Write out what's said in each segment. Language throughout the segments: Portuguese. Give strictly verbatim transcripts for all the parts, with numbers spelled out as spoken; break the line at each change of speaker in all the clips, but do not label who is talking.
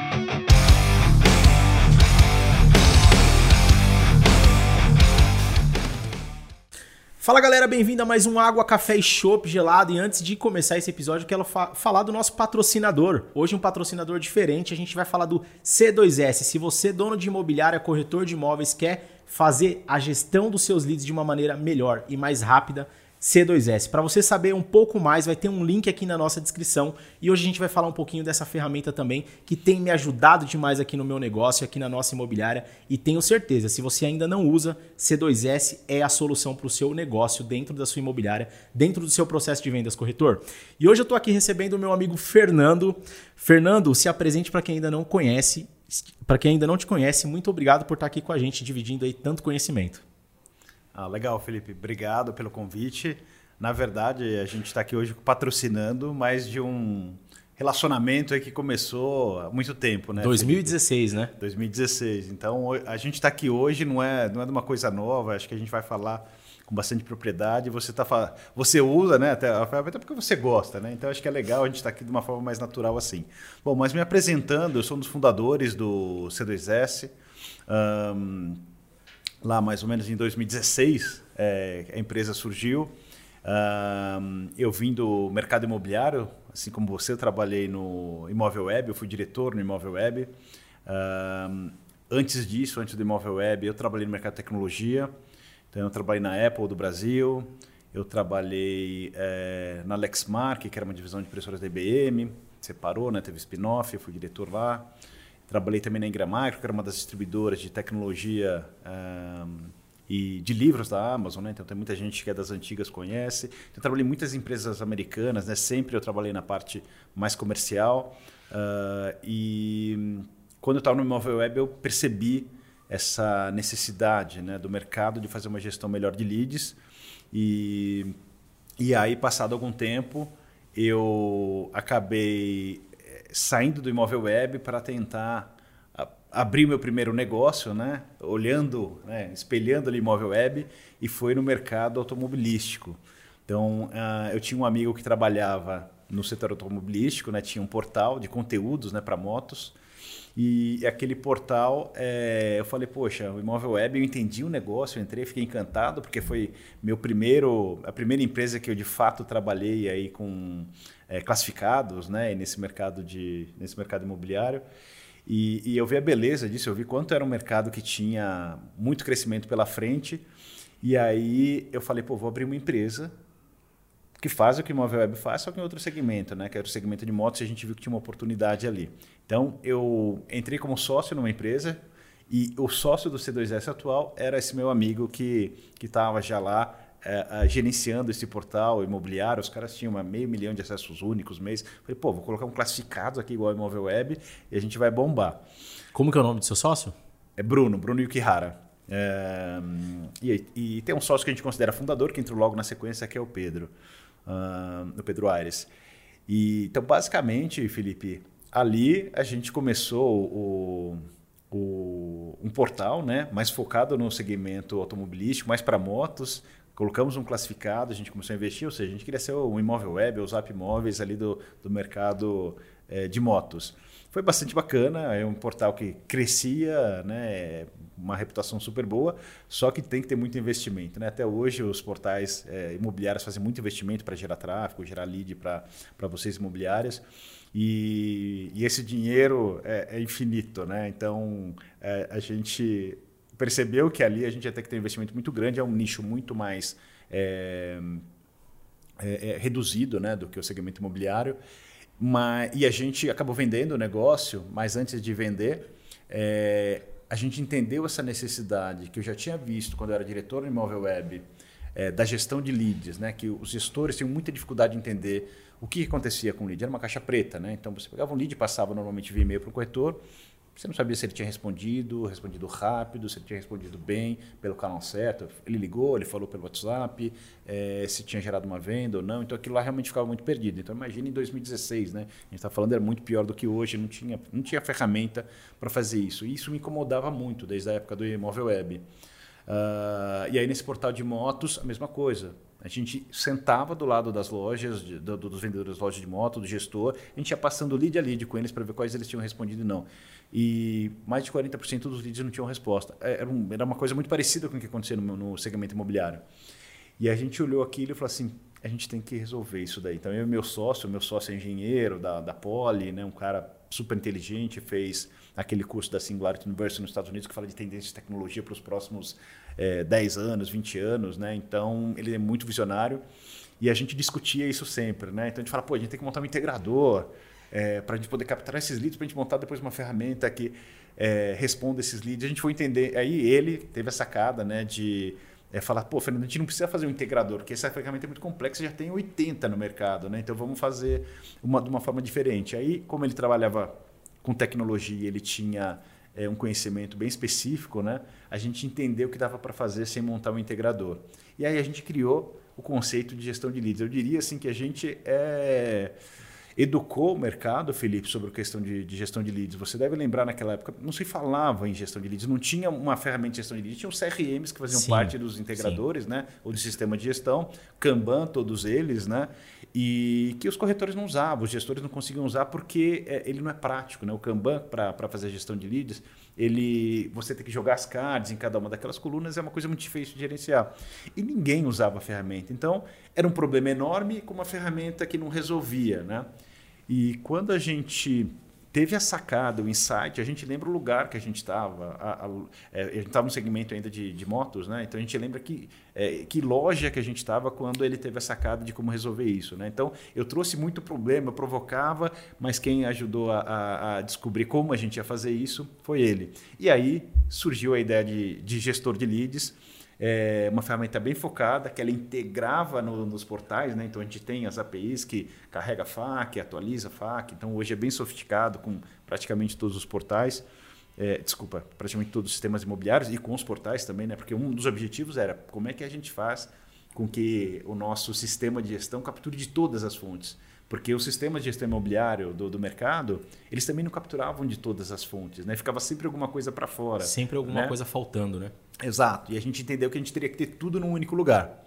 Fala galera, bem-vindo a mais um Água, Café e Chopp Gelado. E antes de começar esse episódio, eu quero fa- falar do nosso patrocinador. Hoje um patrocinador diferente, a gente vai falar do C dois S. Se você, dono de imobiliária, corretor de imóveis, quer fazer a gestão dos seus leads de uma maneira melhor e mais rápida, C dois S. Para você saber um pouco mais, vai ter um link aqui na nossa descrição. E hoje a gente vai falar um pouquinho dessa ferramenta também, que tem me ajudado demais aqui no meu negócio, aqui na nossa imobiliária. E tenho certeza, se você ainda não usa, C dois S é a solução para o seu negócio dentro da sua imobiliária, dentro do seu processo de vendas, corretor. E hoje eu estou aqui recebendo o meu amigo Fernando. Fernando, se apresente para quem ainda não conhece. Para quem ainda não te conhece, muito obrigado por estar aqui com a gente, dividindo aí tanto conhecimento.
Ah, legal, Felipe. Obrigado pelo convite. Na verdade, a gente está aqui hoje patrocinando mais de um relacionamento aí que começou há muito tempo, né?
dois mil e dezesseis,
Felipe?
né?
dois mil e dezesseis. Então, a gente está aqui hoje, não é, não é de uma coisa nova, acho que a gente vai falar com bastante propriedade. Você, tá, você usa, né, até, até porque você gosta, né? Então, acho que é legal a gente estar tá aqui de uma forma mais natural assim. Bom, mas me apresentando, eu sou um dos fundadores do C dois S. Um, Lá, mais ou menos em dois mil e dezesseis, é, a empresa surgiu. Um, eu vim do mercado imobiliário, assim como você, eu trabalhei no Imóvel Web, eu fui diretor no Imóvel Web. Um, antes disso, antes do Imóvel Web, eu trabalhei no mercado de tecnologia. Então, eu trabalhei na Apple do Brasil, eu trabalhei é, na Lexmark, que era uma divisão de impressoras da I B M, separou, né, teve spin-off, eu fui diretor lá. Trabalhei também na Ingramicro, que era uma das distribuidoras de tecnologia um, e de livros da Amazon, né? Então tem muita gente que é das antigas conhece. Então, eu trabalhei em muitas empresas americanas, né? Sempre eu trabalhei na parte mais comercial. Uh, e quando eu estava no Imóvel Web, eu percebi essa necessidade, né, do mercado de fazer uma gestão melhor de leads. E, e aí, passado algum tempo, eu acabei saindo do Imóvel Web para tentar a, abrir o meu primeiro negócio, né? Olhando, né? Espelhando ali o Imóvel Web, e foi no mercado automobilístico. Então, uh, eu tinha um amigo que trabalhava no setor automobilístico, né? Tinha um portal de conteúdos, né, para motos, e aquele portal, é, eu falei, poxa, o Imóvel Web, eu entendi o negócio, eu entrei, fiquei encantado, porque foi meu primeiro, a primeira empresa que eu de fato trabalhei aí com é, classificados, né, nesse mercado de, nesse mercado imobiliário. E, e eu vi a beleza disso, eu vi quanto era um mercado que tinha muito crescimento pela frente. E aí eu falei, pô, vou abrir uma empresa que faz o que o Imóvel Web faz, só que em outro segmento, né? Que era o segmento de motos, e a gente viu que tinha uma oportunidade ali. Então, eu entrei como sócio numa empresa, e o sócio do C dois S atual era esse meu amigo que estava já lá é, gerenciando esse portal imobiliário. Os caras tinham uma meio milhão de acessos únicos mês. Falei, pô, vou colocar um classificado aqui igual ao Imóvel Web e a gente vai bombar.
Como que é o nome do seu sócio?
É Bruno, Bruno Yukihara. É, e, e tem um sócio que a gente considera fundador, que entrou logo na sequência, que é o Pedro. Uh, o Pedro Aires. E, então, basicamente, Felipe, ali a gente começou o, o, um portal, né, mais focado no segmento automobilístico, mais para motos. Colocamos um classificado, a gente começou a investir, ou seja, a gente queria ser um Imóvel Web, o Zap Imóveis ali do, do mercado é, de motos. Foi bastante bacana, é um portal que crescia, né, uma reputação super boa, só que tem que ter muito investimento, né? Até hoje os portais é, imobiliários fazem muito investimento para gerar tráfego, gerar lead para vocês imobiliários, e, e esse dinheiro é, é infinito, né? Então é, a gente percebeu que ali a gente ia ter que ter um investimento muito grande, é um nicho muito mais é, é, é reduzido, né, do que o segmento imobiliário. Mas, e a gente acabou vendendo o negócio, mas antes de vender, é, a gente entendeu essa necessidade que eu já tinha visto quando eu era diretor no Imóvel Web, é, da gestão de leads, né? Que os gestores tinham muita dificuldade de entender o que acontecia com o lead. Era uma caixa preta, né? Então você pegava um lead e passava normalmente via e-mail para o corretor. Você não sabia se ele tinha respondido, respondido rápido, se ele tinha respondido bem pelo canal certo. Ele ligou, ele falou pelo WhatsApp, é, se tinha gerado uma venda ou não. Então aquilo lá realmente ficava muito perdido. Então imagina em dois mil e dezesseis, né? A gente está falando, era muito pior do que hoje, não tinha, não tinha ferramenta para fazer isso. E isso me incomodava muito desde a época do Imóvel Web. Uh, e aí nesse portal de motos, a mesma coisa. A gente sentava do lado das lojas, de, do, dos vendedores das lojas de moto, do gestor, a gente ia passando lead a lead com eles para ver quais eles tinham respondido e não. E mais de quarenta por cento dos leads não tinham resposta. Era, um, era uma coisa muito parecida com o que acontecia no, no segmento imobiliário. E a gente olhou aquilo e falou assim, a gente tem que resolver isso daí. Então eu e meu sócio, meu sócio é engenheiro da, da Poli, né, um cara super inteligente, fez aquele curso da Singularity University nos Estados Unidos que fala de tendência de tecnologia para os próximos é, dez anos, vinte anos. Né? Então ele é muito visionário e a gente discutia isso sempre. Né? Então a gente fala, pô, a gente tem que montar um integrador é, para a gente poder capturar esses leads, para a gente montar depois uma ferramenta que é, responda esses leads. A gente foi entender, aí ele teve a sacada, né, de... É falar, pô, Fernando, a gente não precisa fazer um integrador, porque essa ferramenta é muito complexa, já tem oitenta no mercado, né? Então vamos fazer uma, de uma forma diferente. Aí, como ele trabalhava com tecnologia, ele tinha é, um conhecimento bem específico, né? A gente entendeu o que dava para fazer sem montar um integrador. E aí a gente criou o conceito de gestão de leads. Eu diria assim que a gente é... educou o mercado, Felipe, sobre a questão de, de gestão de leads. Você deve lembrar, naquela época, não se falava em gestão de leads, não tinha uma ferramenta de gestão de leads, tinha os C R Ms que faziam sim, parte dos integradores, né? Ou do sistema de gestão, Kanban, todos eles, né? E que os corretores não usavam, os gestores não conseguiam usar porque é, ele não é prático. Né? O Kanban, para fazer a gestão de leads, ele, você tem que jogar as cards em cada uma daquelas colunas, é uma coisa muito difícil de gerenciar. E ninguém usava a ferramenta. Então, era um problema enorme com uma ferramenta que não resolvia. Né? E quando a gente teve a sacada, o insight, a gente lembra o lugar que a gente estava. A, a, a gente estava no segmento ainda de, de motos, né? Então a gente lembra que, é, que loja que a gente estava quando ele teve a sacada de como resolver isso. Né? Então eu trouxe muito problema, eu provocava, mas quem ajudou a, a, a descobrir como a gente ia fazer isso foi ele. E aí surgiu a ideia de, de gestor de leads. É uma ferramenta bem focada, que ela integrava no, nos portais, né? Então a gente tem as A P Is que carrega F A Q, atualiza F A Q, então hoje é bem sofisticado com praticamente todos os portais, é, desculpa, praticamente todos os sistemas imobiliários e com os portais também, né? Porque um dos objetivos era como é que a gente faz com que o nosso sistema de gestão capture de todas as fontes. Porque o sistema de gestão imobiliário do, do mercado, eles também não capturavam de todas as fontes, né? Ficava sempre alguma coisa para fora.
Sempre alguma
né?
coisa faltando, né?
Exato. E a gente entendeu que a gente teria que ter tudo num único lugar.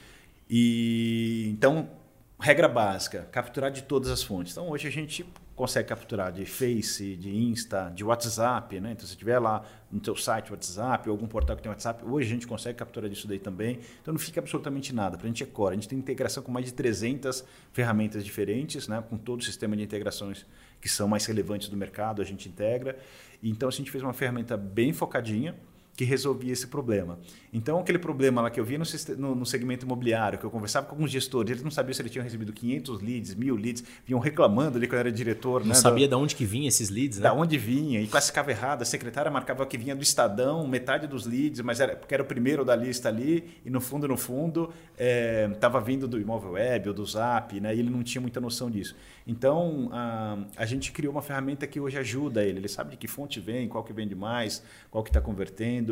E então, regra básica, capturar de todas as fontes. Então, hoje a gente consegue capturar de Face, de Insta, de WhatsApp, né? Então, se tiver lá no teu site WhatsApp ou algum portal que tem WhatsApp, hoje a gente consegue capturar disso daí também. Então, não fica absolutamente nada. Para a gente é core. A gente tem integração com mais de trezentas ferramentas diferentes, né? Com todo o sistema de integrações que são mais relevantes do mercado, a gente integra. Então, a gente fez uma ferramenta bem focadinha, que resolvia esse problema. Então, aquele problema lá que eu via no, no, no segmento imobiliário, que eu conversava com alguns gestores, eles não sabiam se eles tinham recebido quinhentos leads, mil leads, vinham reclamando ali quando eu era diretor.
Não
né,
sabia
da,
de onde que vinha esses leads, né?
Da onde vinha, e classificava errado. A secretária marcava que vinha do Estadão, metade dos leads, mas era porque era o primeiro da lista ali, e no fundo, no fundo, estava é, vindo do Imóvel Web ou do Zap, né, e ele não tinha muita noção disso. Então, a, a gente criou uma ferramenta que hoje ajuda ele. Ele sabe de que fonte vem, qual que vende mais, qual que está convertendo.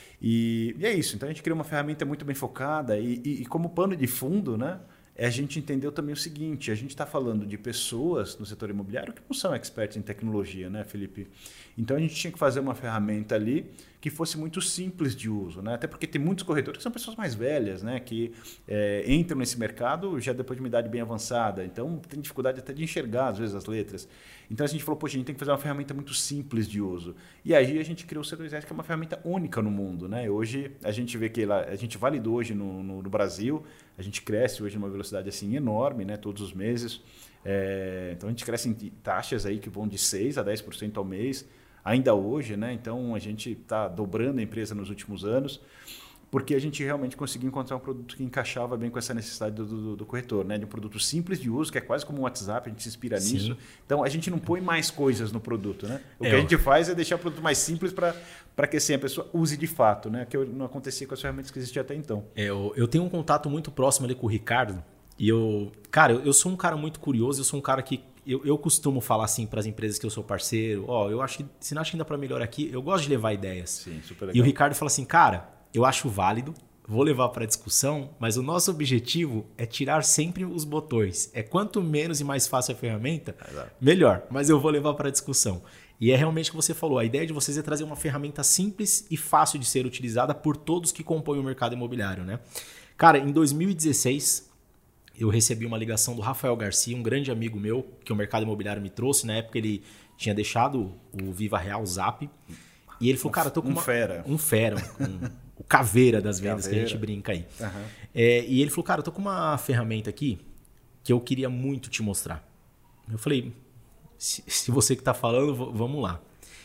E, e é isso. Então, a gente criou uma ferramenta muito bem focada e, e, e como pano de fundo, né, a gente entendeu também o seguinte, a gente está falando de pessoas no setor imobiliário que não são experts em tecnologia, né, Felipe? Então, a gente tinha que fazer uma ferramenta ali que fosse muito simples de uso, né? Até porque tem muitos corretores que são pessoas mais velhas, né? Que é, entram nesse mercado já depois de uma idade bem avançada, então tem dificuldade até de enxergar às vezes as letras. Então a gente falou, poxa, a gente tem que fazer uma ferramenta muito simples de uso. E aí a gente criou o C dois S, que é uma ferramenta única no mundo, né? Hoje a gente vê que ela, a gente validou hoje no, no, no Brasil, a gente cresce hoje numa velocidade assim enorme, né? Todos os meses. É, então a gente cresce em taxas aí que vão de seis a dez por cento ao mês. Ainda hoje, né? Então a gente está dobrando a empresa nos últimos anos, porque a gente realmente conseguiu encontrar um produto que encaixava bem com essa necessidade do, do, do corretor, né? De um produto simples de uso, que é quase como um WhatsApp, a gente se inspira Sim. nisso. Então a gente não põe mais coisas no produto, né? O é, que a gente faz é deixar o produto mais simples para que assim, a pessoa use de fato, né? Que não acontecia com as ferramentas que existiam até então.
É, eu, eu tenho um contato muito próximo ali com o Ricardo, e eu, cara, eu, eu sou um cara muito curioso, eu sou um cara que Eu, eu costumo falar assim para as empresas que eu sou parceiro, ó, oh, eu acho que se não acha que ainda para melhorar aqui, eu gosto de levar ideias.
Sim, super legal.
E o Ricardo fala assim, cara, eu acho válido, vou levar para discussão, mas o nosso objetivo é tirar sempre os botões. É quanto menos e mais fácil a ferramenta, Exato. melhor. Mas eu vou levar para discussão. E é realmente o que você falou, a ideia de vocês é trazer uma ferramenta simples e fácil de ser utilizada por todos que compõem o mercado imobiliário, né? Cara, em dois mil e dezesseis, eu recebi uma ligação do Rafael Garcia, um grande amigo meu, que o mercado imobiliário me trouxe. Na época ele tinha deixado o Viva Real, o Zap. E ele falou, cara, eu tô com
um
uma...
fera.
Um fera. Um, o caveira das vendas
Caveira.
que a gente brinca aí.
Uhum.
É, e ele falou, cara, eu tô com uma ferramenta aqui que eu queria muito te mostrar. Eu falei, se, se você que tá falando, vamos lá.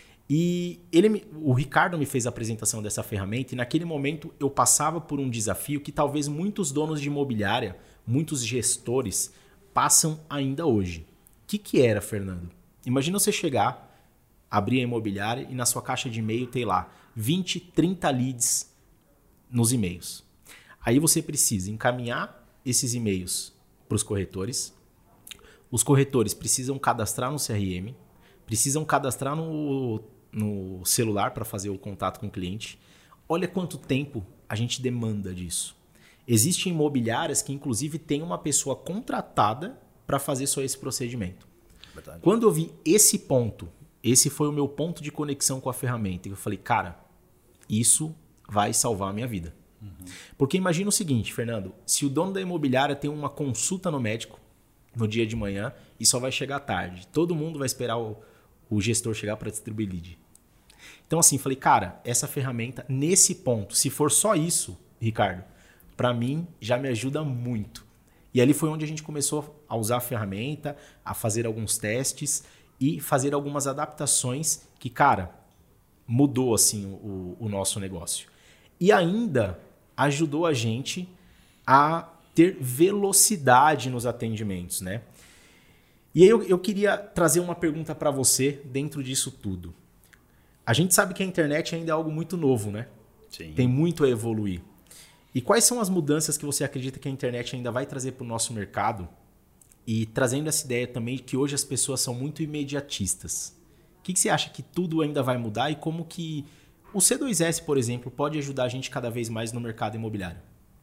E ele me, o Ricardo me fez a apresentação dessa ferramenta e naquele momento eu passava por um desafio que talvez muitos donos de imobiliária, muitos gestores passam ainda hoje. O que, que era, Fernando? Imagina você chegar, abrir a imobiliária e na sua caixa de e-mail tem lá vinte, trinta leads nos e-mails. Aí você precisa encaminhar esses e-mails para os corretores. Os corretores precisam cadastrar no C R M, precisam cadastrar no, no celular para fazer o contato com o cliente. Olha quanto tempo a gente demanda disso. Existem imobiliárias que, inclusive, têm uma pessoa contratada para fazer só esse procedimento. Verdade. Quando eu vi esse ponto, esse foi o meu ponto de conexão com a ferramenta. Eu falei, cara, isso vai salvar a minha vida. Uhum. Porque imagina o seguinte, Fernando, se o dono da imobiliária tem uma consulta no médico no dia de manhã e só vai chegar à tarde, todo mundo vai esperar o, o gestor chegar para distribuir lead. Então assim, falei, cara, essa ferramenta, nesse ponto, se for só isso, Ricardo, para mim já me ajuda muito. E ali foi onde a gente começou a usar a ferramenta, a fazer alguns testes e fazer algumas adaptações que, cara, mudou assim o, o nosso negócio. E ainda ajudou a gente a ter velocidade nos atendimentos, né? E aí eu, eu queria trazer uma pergunta para você dentro disso tudo. A gente sabe que a internet ainda é algo muito novo, né?
Sim.
Tem muito a evoluir. E quais são as mudanças que você acredita que a internet ainda vai trazer para o nosso mercado? E trazendo essa ideia também de que hoje as pessoas são muito imediatistas. O que, que você acha que tudo ainda vai mudar e como que o C dois S, por exemplo, pode ajudar a gente cada vez mais no mercado imobiliário?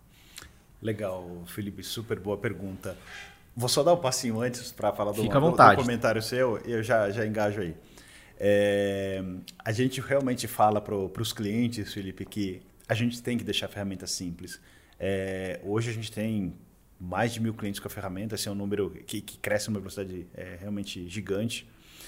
Legal, Felipe, super boa pergunta. Vou só dar um passinho antes para falar do,
Fica à vontade.
do comentário seu e eu já, já engajo aí. É, a gente realmente fala para os clientes, Felipe, que a gente tem que deixar a ferramenta simples. É, hoje a gente tem mais de mil clientes com a ferramenta, esse é um número que, que cresce numa velocidade é, realmente gigante.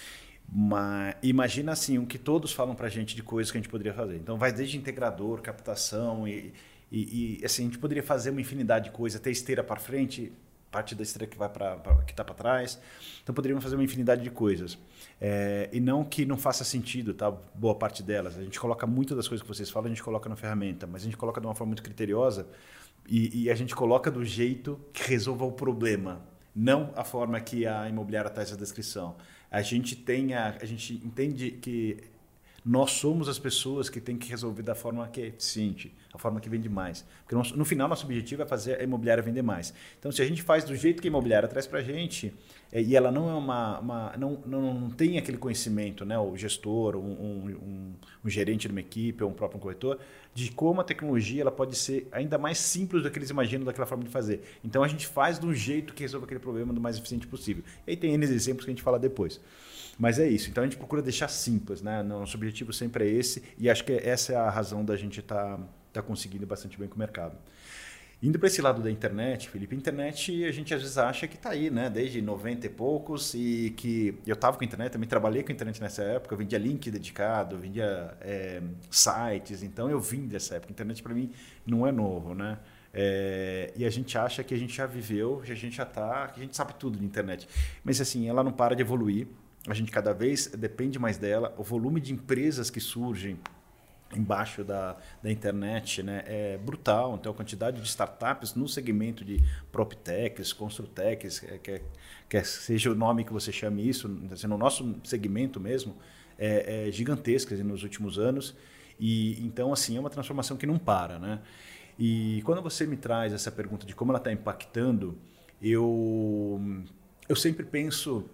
Mas imagina assim, o que todos falam para a gente de coisas que a gente poderia fazer. Então vai desde integrador, captação e, e, e assim, a gente poderia fazer uma infinidade de coisas, ter esteira para frente, parte da esteira que vai para que está para trás. Então poderíamos fazer uma infinidade de coisas. É, e não que não faça sentido, tá? Boa parte delas. A gente coloca muitas das coisas que vocês falam, a gente coloca na ferramenta, mas a gente coloca de uma forma muito criteriosa e, e a gente coloca do jeito que resolva o problema, não a forma que a imobiliária traz a descrição. A gente, tem a, a gente entende que nós somos as pessoas que têm que resolver da forma que é eficiente, a forma que vende mais. Porque no, no final, nosso objetivo é fazer a imobiliária vender mais. Então, se a gente faz do jeito que a imobiliária traz para a gente, é, e ela não é uma, uma não, não, não tem aquele conhecimento, né, o gestor, um, um, um, um gerente de uma equipe ou um próprio corretor, de como a tecnologia ela pode ser ainda mais simples do que eles imaginam daquela forma de fazer. Então, a gente faz do jeito que resolve aquele problema do mais eficiente possível. E aí tem N exemplos que a gente fala depois. Mas é isso. Então a gente procura deixar simples, né? Nosso objetivo sempre é esse e acho que essa é a razão da gente estar tá, tá conseguindo bastante bem com o mercado. Indo para esse lado da internet, Felipe, a internet a gente às vezes acha que está aí, né? Desde noventa e poucos e que eu estava com a internet, também trabalhei com a internet nessa época, eu vendia link dedicado, vendia é, sites, então eu vim dessa época. A internet para mim não é novo, né? É, e a gente acha que a gente já viveu, que a gente já está, que a gente sabe tudo de internet. Mas assim, ela não para de evoluir. A gente cada vez depende mais dela. O volume de empresas que surgem embaixo da, da internet, né, é brutal. Então, a quantidade de startups no segmento de PropTechs, Construtechs, quer, quer seja o nome que você chame isso, no nosso segmento mesmo, é, é gigantesca nos últimos anos. E, então, assim, é uma transformação que não para, né? E quando você me traz essa pergunta de como ela está impactando, eu, eu sempre penso...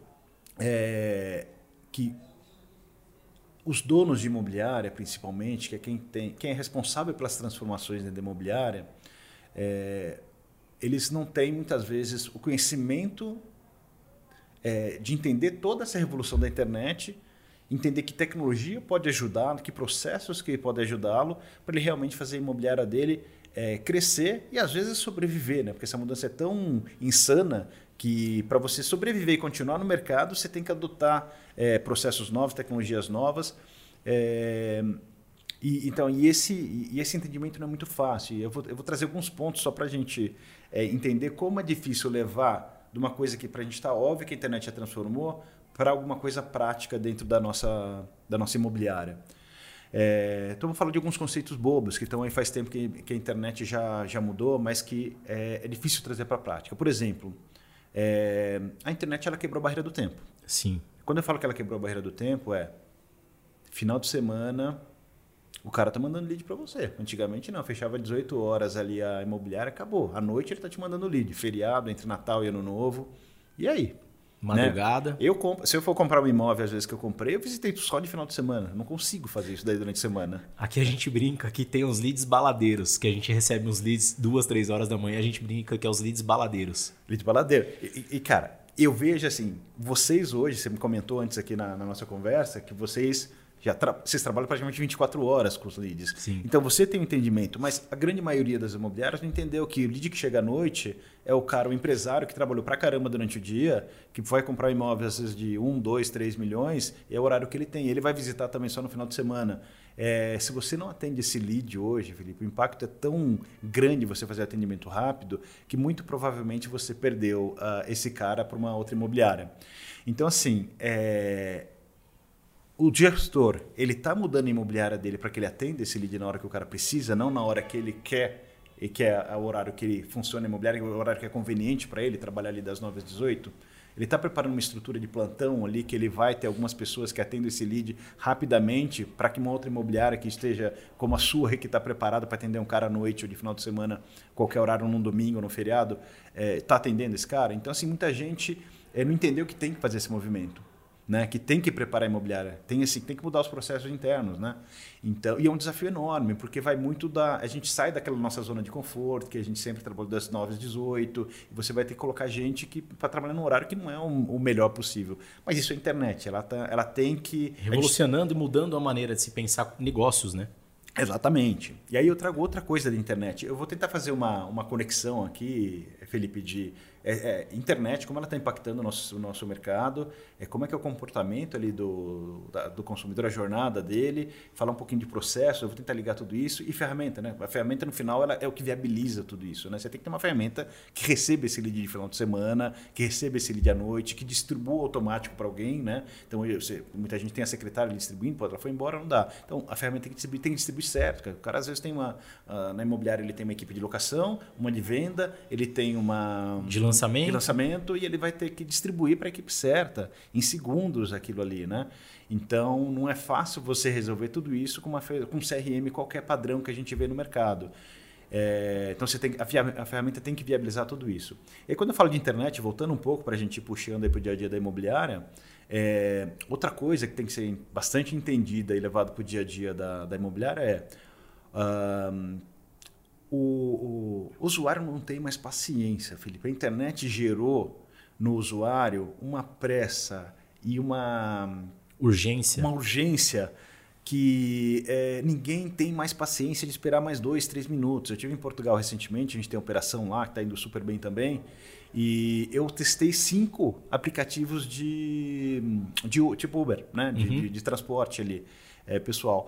É, que os donos de imobiliária, principalmente, que é quem, tem, quem é responsável pelas transformações dentro da imobiliária, é, eles não têm, muitas vezes, o conhecimento é, de entender toda essa revolução da internet, entender que tecnologia pode ajudar, que processos que podem ajudá-lo, para ele realmente fazer a imobiliária dele é, crescer e às vezes sobreviver, né? Porque essa mudança é tão insana que para você sobreviver e continuar no mercado, você tem que adotar é, processos novos, tecnologias novas. É, e, então, e esse, e esse entendimento não é muito fácil. Eu vou, eu vou trazer alguns pontos só para a gente é, entender como é difícil levar de uma coisa que para a gente está óbvio que a internet já transformou para alguma coisa prática dentro da nossa, da nossa imobiliária. É, então, vou falar de alguns conceitos bobos que estão aí faz tempo que, que a internet já, já mudou, mas que é, é difícil trazer para a prática. Por exemplo, é, a internet ela quebrou a barreira do tempo.
Sim.
Quando eu falo que ela quebrou a barreira do tempo, é final de semana, o cara tá mandando lead para você. Antigamente não, fechava dezoito horas ali a imobiliária, acabou. À noite ele tá te mandando lead. Feriado, entre Natal e Ano Novo. E aí?
Madrugada.
Né? Eu comp... Se eu for comprar um imóvel, às vezes que eu comprei, eu visitei só de final de semana. Não consigo fazer isso daí durante a semana.
Aqui a gente brinca que tem os leads baladeiros, que a gente recebe uns leads duas, três horas da manhã, a gente brinca que é os leads baladeiros.
Lead baladeiro. E, e, cara, eu vejo assim, vocês hoje, você me comentou antes aqui na, na nossa conversa, que vocês... Já tra... Vocês trabalham praticamente vinte e quatro horas com os leads.
Sim.
Então você tem um entendimento, mas a grande maioria das imobiliárias não entendeu que o lead que chega à noite é o cara, o empresário que trabalhou pra caramba durante o dia, que vai comprar um imóvel às vezes de um, dois, três milhões, e é o horário que ele tem. Ele vai visitar também só no final de semana. É, se você não atende esse lead hoje, Felipe, o impacto é tão grande você fazer atendimento rápido que muito provavelmente você perdeu uh, esse cara para uma outra imobiliária. Então, assim, é... o gestor, ele está mudando a imobiliária dele para que ele atenda esse lead na hora que o cara precisa, não na hora que ele quer, e que é o horário que ele funciona a imobiliária, o horário que é conveniente para ele trabalhar ali das nove às dezoito. Ele está preparando uma estrutura de plantão ali que ele vai ter algumas pessoas que atendem esse lead rapidamente para que uma outra imobiliária que esteja como a sua, que está preparada para atender um cara à noite ou de final de semana, qualquer horário, num domingo ou no feriado, está é, atendendo esse cara. Então, assim, muita gente é, não entendeu que tem que fazer esse movimento. Né, que tem que preparar a imobiliária, tem, assim, tem que mudar os processos internos. Né? Então, e é um desafio enorme, porque vai muito da... A gente sai daquela nossa zona de conforto, que a gente sempre trabalhou das nove às dezoito, e você vai ter que colocar gente para trabalhar num horário que não é o, o melhor possível. Mas isso é a internet, ela, tá, ela tem que...
Revolucionando gente... e mudando a maneira de se pensar negócios, né?
Exatamente. E aí eu trago outra coisa da internet. Eu vou tentar fazer uma, uma conexão aqui, Felipe, de é, é, internet, como ela está impactando o nosso, o nosso mercado, é, como é que é o comportamento ali do, da, do consumidor, a jornada dele, falar um pouquinho de processo, eu vou tentar ligar tudo isso, e ferramenta, né? A ferramenta, no final, ela é o que viabiliza tudo isso. Né? Você tem que ter uma ferramenta que receba esse lead de final de semana, que receba esse lead à noite, que distribua automático para alguém. Né? Então, eu, você, muita gente tem a secretária ali distribuindo, pô, ela foi embora, não dá. Então, a ferramenta tem que distribuir, tem que distribuir certo. Cara. O cara, às vezes, tem uma... Uh, na imobiliária, ele tem uma equipe de locação, uma de venda, ele tem uma...
De lançamento.
De lançamento, e ele vai ter que distribuir para a equipe certa, em segundos, aquilo ali. Né? Então, não é fácil você resolver tudo isso com, uma, com um C R M qualquer padrão que a gente vê no mercado. É, então, você tem, a, a ferramenta tem que viabilizar tudo isso. E aí, quando eu falo de internet, voltando um pouco para a gente ir puxando para o dia a dia da imobiliária, é, outra coisa que tem que ser bastante entendida e levada para o dia a dia da, da imobiliária é... Um, O, o usuário não tem mais paciência, Felipe. A internet gerou no usuário uma pressa e uma
urgência,
uma urgência que é, ninguém tem mais paciência de esperar mais dois, três minutos. Eu estive em Portugal recentemente, a gente tem uma operação lá que está indo super bem também, e eu testei cinco aplicativos de, de tipo Uber, né? de, uhum. de, de transporte ali, é, pessoal.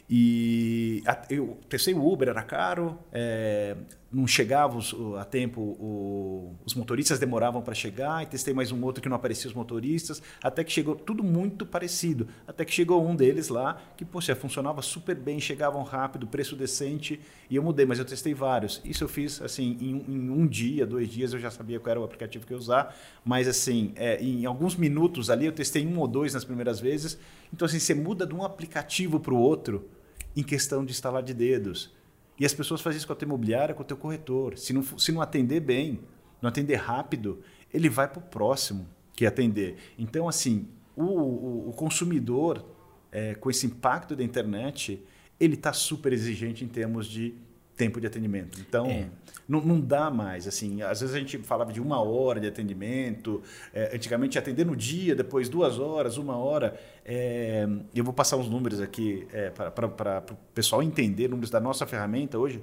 E eu testei o Uber, era caro, é, não chegava os, a tempo, o, os motoristas demoravam para chegar, e testei mais um outro que não aparecia os motoristas, até que chegou tudo muito parecido, até que chegou um deles lá que, poxa, funcionava super bem, chegavam rápido, preço decente, e eu mudei, mas eu testei vários. Isso eu fiz assim, em, em um dia, dois dias, eu já sabia qual era o aplicativo que eu ia usar, mas assim, é, em alguns minutos ali eu testei um ou dois nas primeiras vezes. Então, assim, você muda de um aplicativo para o outro em questão de instalar de dedos. E as pessoas fazem isso com a tua imobiliária, com o teu corretor. Se não, se não atender bem, não atender rápido, ele vai para o próximo que atender. Então, assim, o, o, o consumidor, é, com esse impacto da internet, ele está super exigente em termos de tempo de atendimento. Então, é. não, não dá mais. Assim, às vezes a gente falava de uma hora de atendimento, é, antigamente atender no dia, depois duas horas, uma hora. É, eu vou passar uns números aqui é, para o pessoal entender, números da nossa ferramenta hoje.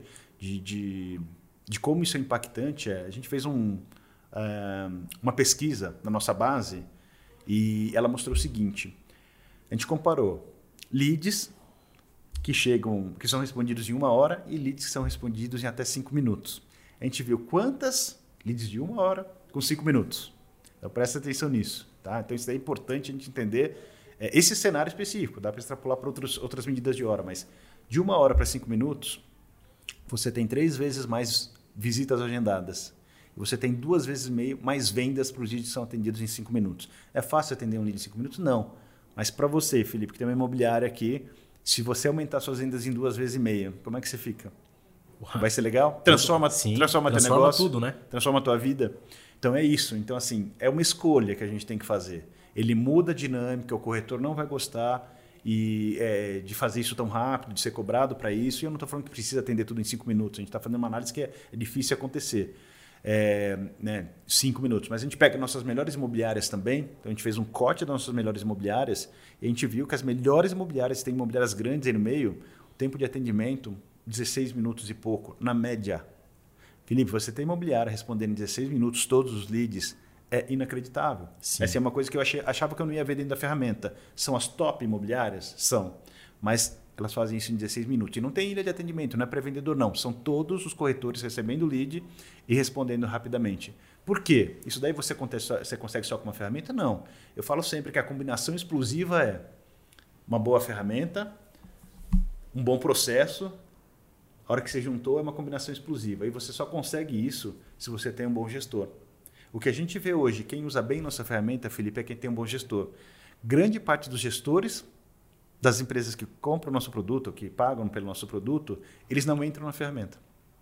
de, de, de como isso é impactante, é, a gente fez um, uh, uma pesquisa na nossa base e ela mostrou o seguinte, a gente comparou leads que chegam, que são respondidos em uma hora e leads que são respondidos em até cinco minutos. A gente viu quantas leads de uma hora com cinco minutos. Então, presta atenção nisso. Tá? Então, isso é importante a gente entender é, esse cenário específico. Dá para extrapolar para outros, outras medidas de hora, mas de uma hora para cinco minutos, você tem três vezes mais visitas agendadas. E você tem duas vezes e meio mais vendas para os leads que são atendidos em cinco minutos. É fácil atender um lead em cinco minutos? Não. Mas para você, Felipe, que tem uma imobiliária aqui, se você aumentar suas vendas em duas vezes e meia, como é que você fica? Uau. Vai ser legal? Transforma,
Sim,
transforma,
transforma
teu negócio,
tudo, né?
Transforma a tua vida. Então é isso. Então assim, é uma escolha que a gente tem que fazer. Ele muda a dinâmica, o corretor não vai gostar e, é, de fazer isso tão rápido, de ser cobrado para isso. E eu não estou falando que precisa atender tudo em cinco minutos. A gente está fazendo uma análise que é, é difícil acontecer. É, né, cinco minutos. Mas a gente pega nossas melhores imobiliárias também. Então a gente fez um corte das nossas melhores imobiliárias e a gente viu que as melhores imobiliárias, tem imobiliárias grandes aí no meio, o tempo de atendimento, dezesseis minutos e pouco, na média. Felipe, você tem imobiliária respondendo em dezesseis minutos todos os leads, é inacreditável. Sim. Essa é uma coisa que eu achei, achava que eu não ia ver dentro da ferramenta. São as top imobiliárias? São. Mas elas fazem isso em dezesseis minutos. E não tem ilha de atendimento, não é pré-vendedor, não. São todos os corretores recebendo o lead e respondendo rapidamente. Por quê? Isso daí você, você consegue só com uma ferramenta? Não. Eu falo sempre que a combinação explosiva é uma boa ferramenta, um bom processo. A hora que você juntou é uma combinação explosiva. E você só consegue isso se você tem um bom gestor. O que a gente vê hoje, quem usa bem nossa ferramenta, Felipe, é quem tem um bom gestor. Grande parte dos gestores das empresas que compram o nosso produto, que pagam pelo nosso produto, eles não entram na ferramenta.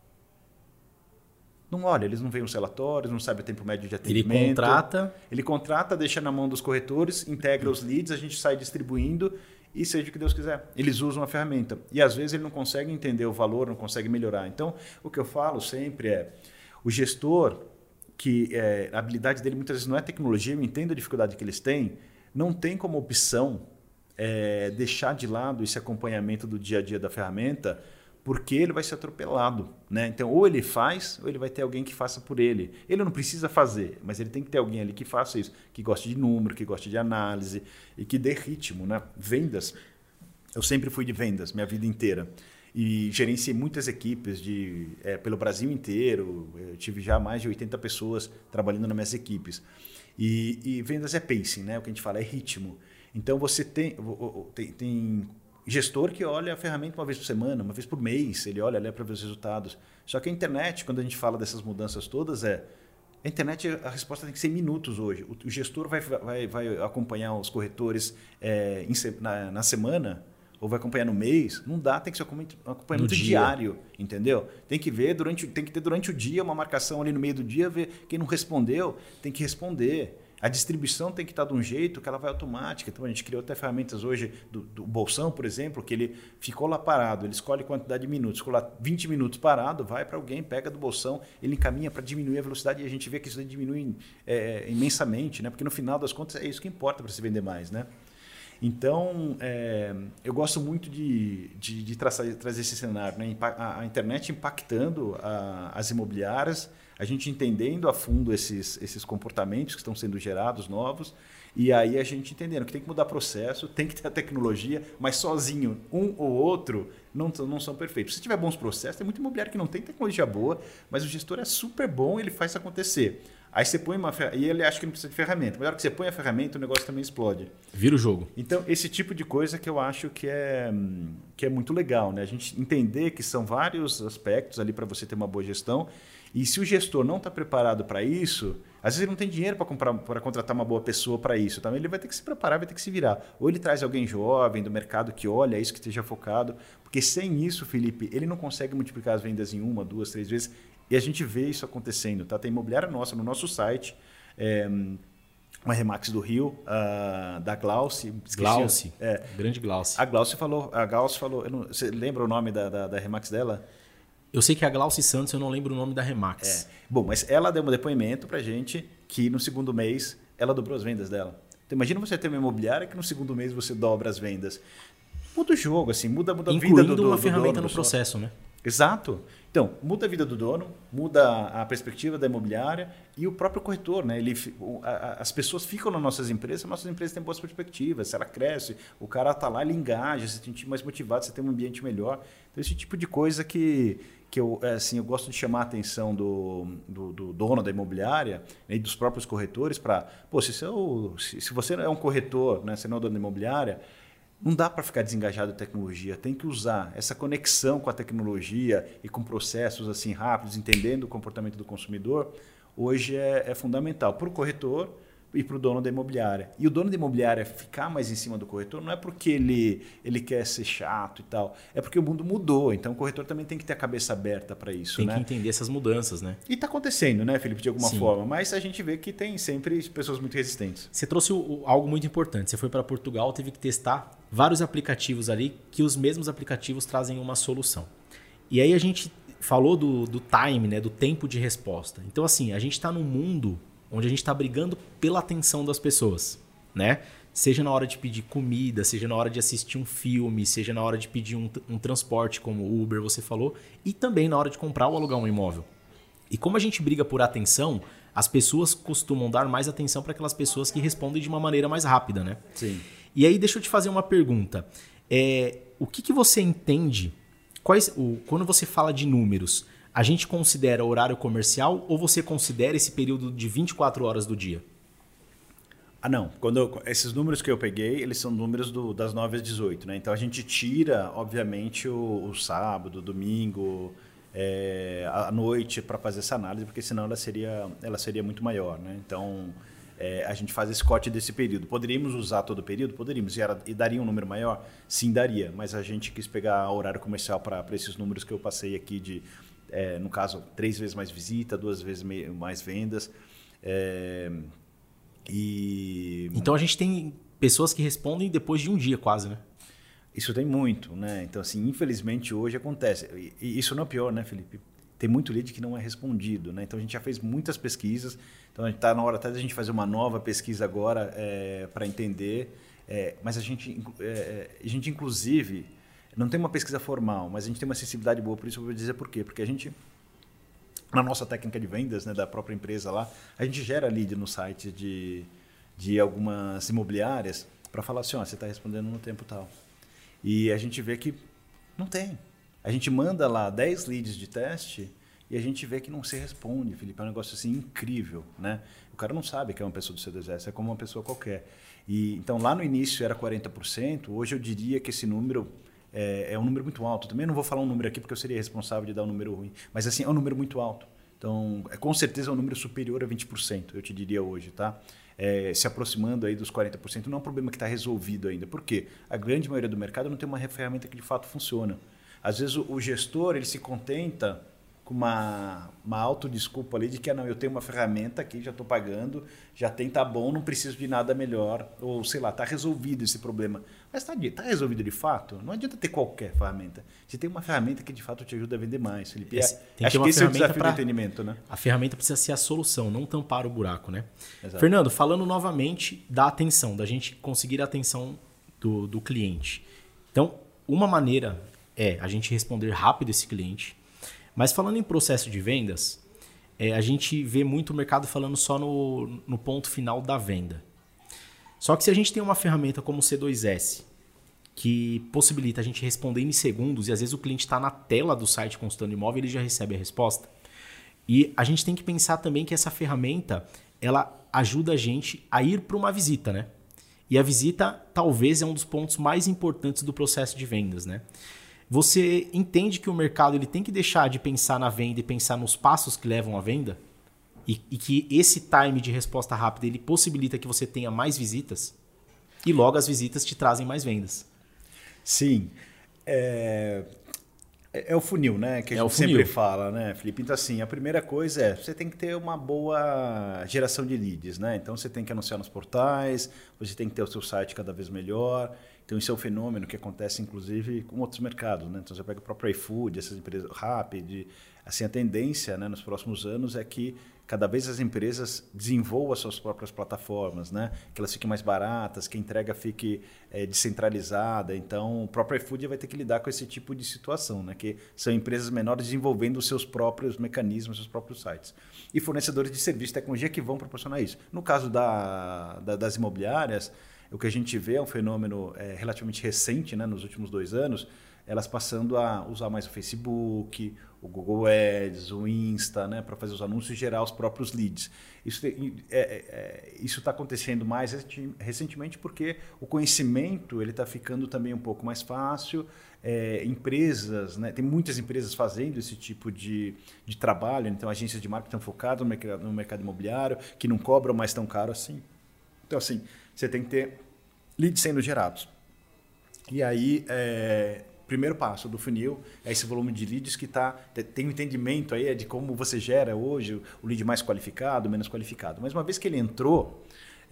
Não olha, eles não veem os relatórios, não sabem o tempo médio de atendimento.
Ele contrata.
Ele contrata, deixa na mão dos corretores, integra os leads, a gente sai distribuindo e seja o que Deus quiser. Eles usam a ferramenta. E às vezes ele não consegue entender o valor, não consegue melhorar. Então, o que eu falo sempre é, o gestor, que é, a habilidade dele muitas vezes não é tecnologia, eu entendo a dificuldade que eles têm, não tem como opção é, deixar de lado esse acompanhamento do dia a dia da ferramenta, porque ele vai ser atropelado, né? Então, ou ele faz, ou ele vai ter alguém que faça por ele. Ele não precisa fazer, mas ele tem que ter alguém ali que faça isso, que goste de número, que goste de análise e que dê ritmo, né? Vendas. Eu sempre fui de vendas, minha vida inteira. E gerenciei muitas equipes de, é, pelo Brasil inteiro. Eu tive já mais de oitenta pessoas trabalhando nas minhas equipes. E, e vendas é pacing, né? O que a gente fala é ritmo. Então, você tem... tem, tem gestor que olha a ferramenta uma vez por semana, uma vez por mês, ele olha ali para ver os resultados. Só que a internet, quando a gente fala dessas mudanças todas, é a internet, a resposta tem que ser em minutos hoje. O, o gestor vai, vai, vai acompanhar os corretores é, em, na, na semana ou vai acompanhar no mês. Não dá, tem que ser um acompanhamento diário, entendeu? Tem que ver durante, tem que ter durante o dia uma marcação ali no meio do dia, ver quem não respondeu, tem que responder. A distribuição tem que estar de um jeito que ela vai automática. Então, a gente criou até ferramentas hoje do, do Bolsão, por exemplo, que ele ficou lá parado, ele escolhe quantidade de minutos, ficou lá vinte minutos parado, vai para alguém, pega do Bolsão, ele encaminha para diminuir a velocidade e a gente vê que isso diminui é, imensamente, né? Porque no final das contas é isso que importa para se vender mais, né? Então, é, eu gosto muito de, de, de trazer, trazer esse cenário, né? A, a internet impactando a, as imobiliárias, a gente entendendo a fundo esses, esses comportamentos que estão sendo gerados novos, e aí a gente entendendo que tem que mudar processo, tem que ter a tecnologia, mas sozinho, um ou outro, não, não são perfeitos. Se tiver bons processos, tem muito imobiliário que não tem tecnologia boa, mas o gestor é super bom, ele faz acontecer. Aí você põe uma ferramenta, e ele acha que não precisa de ferramenta, mas na hora que você põe a ferramenta, o negócio também explode.
Vira o jogo.
Então, esse tipo de coisa que eu acho que é, que é muito legal, né? A gente entender que são vários aspectos ali para você ter uma boa gestão. E se o gestor não está preparado para isso, às vezes ele não tem dinheiro para comprar, para contratar uma boa pessoa para isso. Também ele vai ter que se preparar, vai ter que se virar. Ou ele traz alguém jovem do mercado que olha isso, que esteja focado. Porque sem isso, Felipe, ele não consegue multiplicar as vendas em uma, duas, três vezes. E a gente vê isso acontecendo. Tá? Tem imobiliária nossa no nosso site, é, uma Remax do Rio, uh, da Glauci.
Glauci, é, grande Glauci.
A Glauci falou, a Glauci falou, eu não, você lembra o nome da, da, da Remax dela?
Eu sei que é a Glauci Santos, eu não lembro o nome da Remax.
É. Bom, mas ela deu um depoimento pra gente que no segundo mês ela dobrou as vendas dela. Então imagina você ter uma imobiliária que no segundo mês você dobra as vendas. Muda o jogo, assim, muda, muda a vida do, do
Incluindo uma
do
ferramenta
dono,
no processo, né?
Exato. Então, muda a vida do dono, muda a perspectiva da imobiliária e o próprio corretor, né? Ele, as pessoas ficam nas nossas empresas, nossas empresas têm boas perspectivas, se ela cresce, o cara está lá, ele engaja, você se sente mais motivado, você tem um ambiente melhor. Então, esse tipo de coisa que, que eu, assim, eu gosto de chamar a atenção do, do, do dono da imobiliária, né, e dos próprios corretores para, pô, se, seu, se, se você é um corretor, né, você não é o dono da imobiliária, não dá para ficar desengajado da tecnologia, tem que usar essa conexão com a tecnologia e com processos assim rápidos, entendendo o comportamento do consumidor, hoje é, é fundamental para o corretor e para o dono da imobiliária. E o dono da imobiliária ficar mais em cima do corretor não é porque ele, ele quer ser chato e tal, é porque o mundo mudou, então o corretor também tem que ter a cabeça aberta para isso.
Tem
né?
que entender essas mudanças, né?
E está acontecendo, né, Felipe, de alguma
Sim.
forma, mas a gente vê que tem sempre pessoas muito resistentes.
Você trouxe o, algo muito importante, você foi para Portugal, teve que testar vários aplicativos ali, que os mesmos aplicativos trazem uma solução. E aí a gente falou do, do time, né, do tempo de resposta. Então assim, a gente está num mundo onde a gente está brigando pela atenção das pessoas, né? Seja na hora de pedir comida, seja na hora de assistir um filme, seja na hora de pedir um, um transporte como o Uber, você falou, e também na hora de comprar ou alugar um imóvel. E como a gente briga por atenção, as pessoas costumam dar mais atenção para aquelas pessoas que respondem de uma maneira mais rápida, né?
Sim.
E aí deixa eu te fazer uma pergunta. É, o que, que você entende, quais, o, quando você fala de números, a gente considera horário comercial ou você considera esse período de vinte e quatro horas do dia?
Ah, não. Quando eu, esses números que eu peguei, eles são números do, das nove às dezoito, né? Então a gente tira, obviamente, o, o sábado, o domingo, é, a noite para fazer essa análise, porque senão ela seria, ela seria muito maior, né? Então é, a gente faz esse corte desse período. Poderíamos usar todo o período? Poderíamos. E, era, e daria um número maior? Sim, daria. Mas a gente quis pegar horário comercial para esses números que eu passei aqui de... É, no caso, três vezes mais visita, duas vezes mais vendas. É, e...
Então a gente tem pessoas que respondem depois de um dia quase, né?
Isso tem muito, né? Então, assim, infelizmente hoje acontece. E, e isso não é pior, né, Felipe? Tem muito lead que não é respondido, né? Então a gente já fez muitas pesquisas. Então a gente está na hora até da gente fazer uma nova pesquisa agora é, para entender. É, mas a gente, é, a gente, inclusive... Não tem uma pesquisa formal, mas a gente tem uma sensibilidade boa, por isso eu vou dizer por quê. Porque a gente, na nossa técnica de vendas, né, da própria empresa lá, a gente gera lead no site de, de algumas imobiliárias para falar assim, ó, você está respondendo no tempo tal. E a gente vê que não tem. A gente manda lá dez leads de teste e a gente vê que não se responde, Felipe. É um negócio assim incrível, né? O cara não sabe que é uma pessoa do C dois S, é como uma pessoa qualquer. E, então, lá no início era quarenta por cento, hoje eu diria que esse número... É, é um número muito alto. Também não vou falar um número aqui porque eu seria responsável de dar um número ruim. Mas assim, é um número muito alto. Então, é, com certeza é um número superior a vinte por cento, eu te diria hoje, tá? É, se aproximando aí dos quarenta por cento, não é um problema que está resolvido ainda. Por quê? A grande maioria do mercado não tem uma ferramenta que de fato funciona. Às vezes o, o gestor ele se contenta com uma, uma autodesculpa ali de que ah, não, eu tenho uma ferramenta aqui, já estou pagando, já tem, tá bom, não preciso de nada melhor. Ou sei lá, está resolvido esse problema. Mas está tá resolvido de fato? Não adianta ter qualquer ferramenta. Você tem uma ferramenta que de fato te ajuda a vender mais, Felipe. É,
tem
acho
que,
que esse é o desafio
pra...
do entendimento, né?
A ferramenta precisa ser a solução, não tampar o buraco, né?
Exato.
Fernando, falando novamente da atenção, da gente conseguir a atenção do, do cliente. Então, uma maneira é a gente responder rápido esse cliente. Mas falando em processo de vendas, é, a gente vê muito o mercado falando só no, no ponto final da venda. Só que se a gente tem uma ferramenta como o C dois S, que possibilita a gente responder em segundos, e às vezes o cliente está na tela do site consultando imóvel e ele já recebe a resposta. E a gente tem que pensar também que essa ferramenta ela ajuda a gente a ir para uma visita, né? E a visita talvez é um dos pontos mais importantes do processo de vendas, né? Você entende que o mercado ele tem que deixar de pensar na venda e pensar nos passos que levam à venda? E, e que esse time de resposta rápida ele possibilita que você tenha mais visitas? E logo as visitas te trazem mais vendas.
Sim. É, é o funil, né? Que a
é
gente sempre fala, né, Felipe? Então, assim, a primeira coisa é você tem que ter uma boa geração de leads, né? Então, você tem que anunciar nos portais, você tem que ter o seu site cada vez melhor. Então, isso é um fenômeno que acontece, inclusive, com outros mercados, né? Então, você pega o próprio iFood, essas empresas, Rappi, assim, a tendência, né, nos próximos anos é que cada vez as empresas desenvolvam as suas próprias plataformas, né? Que elas fiquem mais baratas, que a entrega fique é, descentralizada. Então, o próprio iFood vai ter que lidar com esse tipo de situação, né? Que são empresas menores desenvolvendo os seus próprios mecanismos, seus próprios sites. E fornecedores de serviço de tecnologia que vão proporcionar isso. No caso da, da, das imobiliárias, o que a gente vê é um fenômeno é, relativamente recente, né? Nos últimos dois anos, elas passando a usar mais o Facebook, o Google Ads, o Insta, né, para fazer os anúncios e gerar os próprios leads. Isso está é, é, isso tá acontecendo mais recentemente porque o conhecimento ele está ficando também um pouco mais fácil. É, empresas, né, tem muitas empresas fazendo esse tipo de, de trabalho, então agências de marketing estão focadas no mercado, no mercado imobiliário, que não cobram mais tão caro assim. Então, assim, você tem que ter leads sendo gerados. E aí... É, primeiro passo do funil é esse volume de leads que tá, tem um entendimento aí de como você gera hoje o lead mais qualificado, menos qualificado. Mas uma vez que ele entrou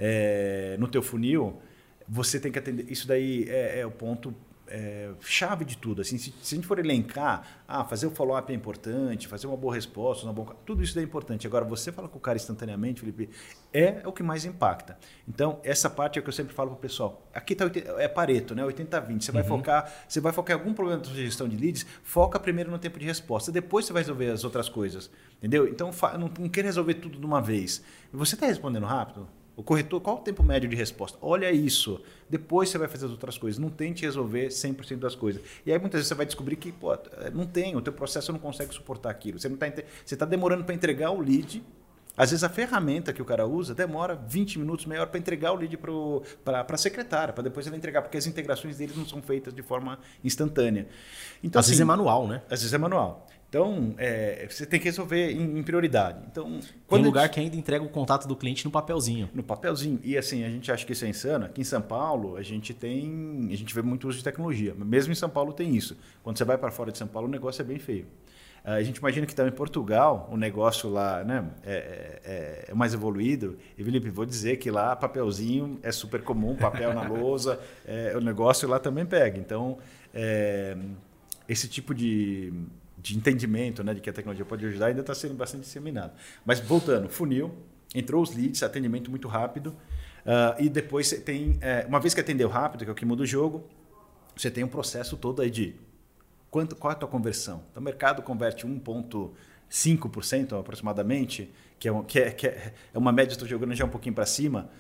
é, no teu funil, você tem que atender. Isso daí é, é o ponto é, chave de tudo. Assim, se, se a gente for elencar, ah, fazer o follow-up é importante, fazer uma boa resposta, uma boa, tudo isso é importante. Agora, você fala com o cara instantaneamente, Felipe, é o que mais impacta. Então, essa parte é o que eu sempre falo para o pessoal. Aqui tá, é Pareto, né? oitenta vinte. Você vai uhum. focar, você vai focar em algum problema da sua gestão de leads, foca primeiro no tempo de resposta, depois você vai resolver as outras coisas. Entendeu? Então, não, não quer resolver tudo de uma vez. Você está respondendo rápido? O corretor, qual o tempo médio de resposta? Olha isso. Depois você vai fazer as outras coisas. Não tente resolver cem por cento das coisas. E aí muitas vezes você vai descobrir que pô, não tem, o teu processo não consegue suportar aquilo. Você está você tá demorando para entregar o lead. Às vezes a ferramenta que o cara usa demora vinte minutos, meia hora para entregar o lead para a secretária, para depois ela entregar, porque as integrações deles não são feitas de forma instantânea. Então,
às assim, vezes é manual, né?
Às vezes é manual. Então, é, você tem que resolver em, em prioridade. Então,
tem lugar gente, que ainda entrega o contato do cliente no papelzinho.
No papelzinho. E assim, a gente acha que isso é insano. Aqui em São Paulo, a gente tem, a gente vê muito uso de tecnologia. Mesmo em São Paulo tem isso. Quando você vai para fora de São Paulo, o negócio é bem feio. A gente imagina que também em Portugal, o negócio lá, né, é, é, é mais evoluído. E, Felipe, vou dizer que lá papelzinho é super comum, papel na lousa, é, o negócio lá também pega. Então, é, esse tipo de... de entendimento, né, de que a tecnologia pode ajudar, ainda está sendo bastante disseminado. Mas voltando, funil, entrou os leads, atendimento muito rápido, uh, e depois você tem, é, uma vez que atendeu rápido, que é o que muda o jogo, você tem um processo todo aí de quanto, qual é a tua conversão. Então, o mercado converte um vírgula cinco por cento aproximadamente, que é, um, que é, que é uma média, estou jogando já um pouquinho para cima,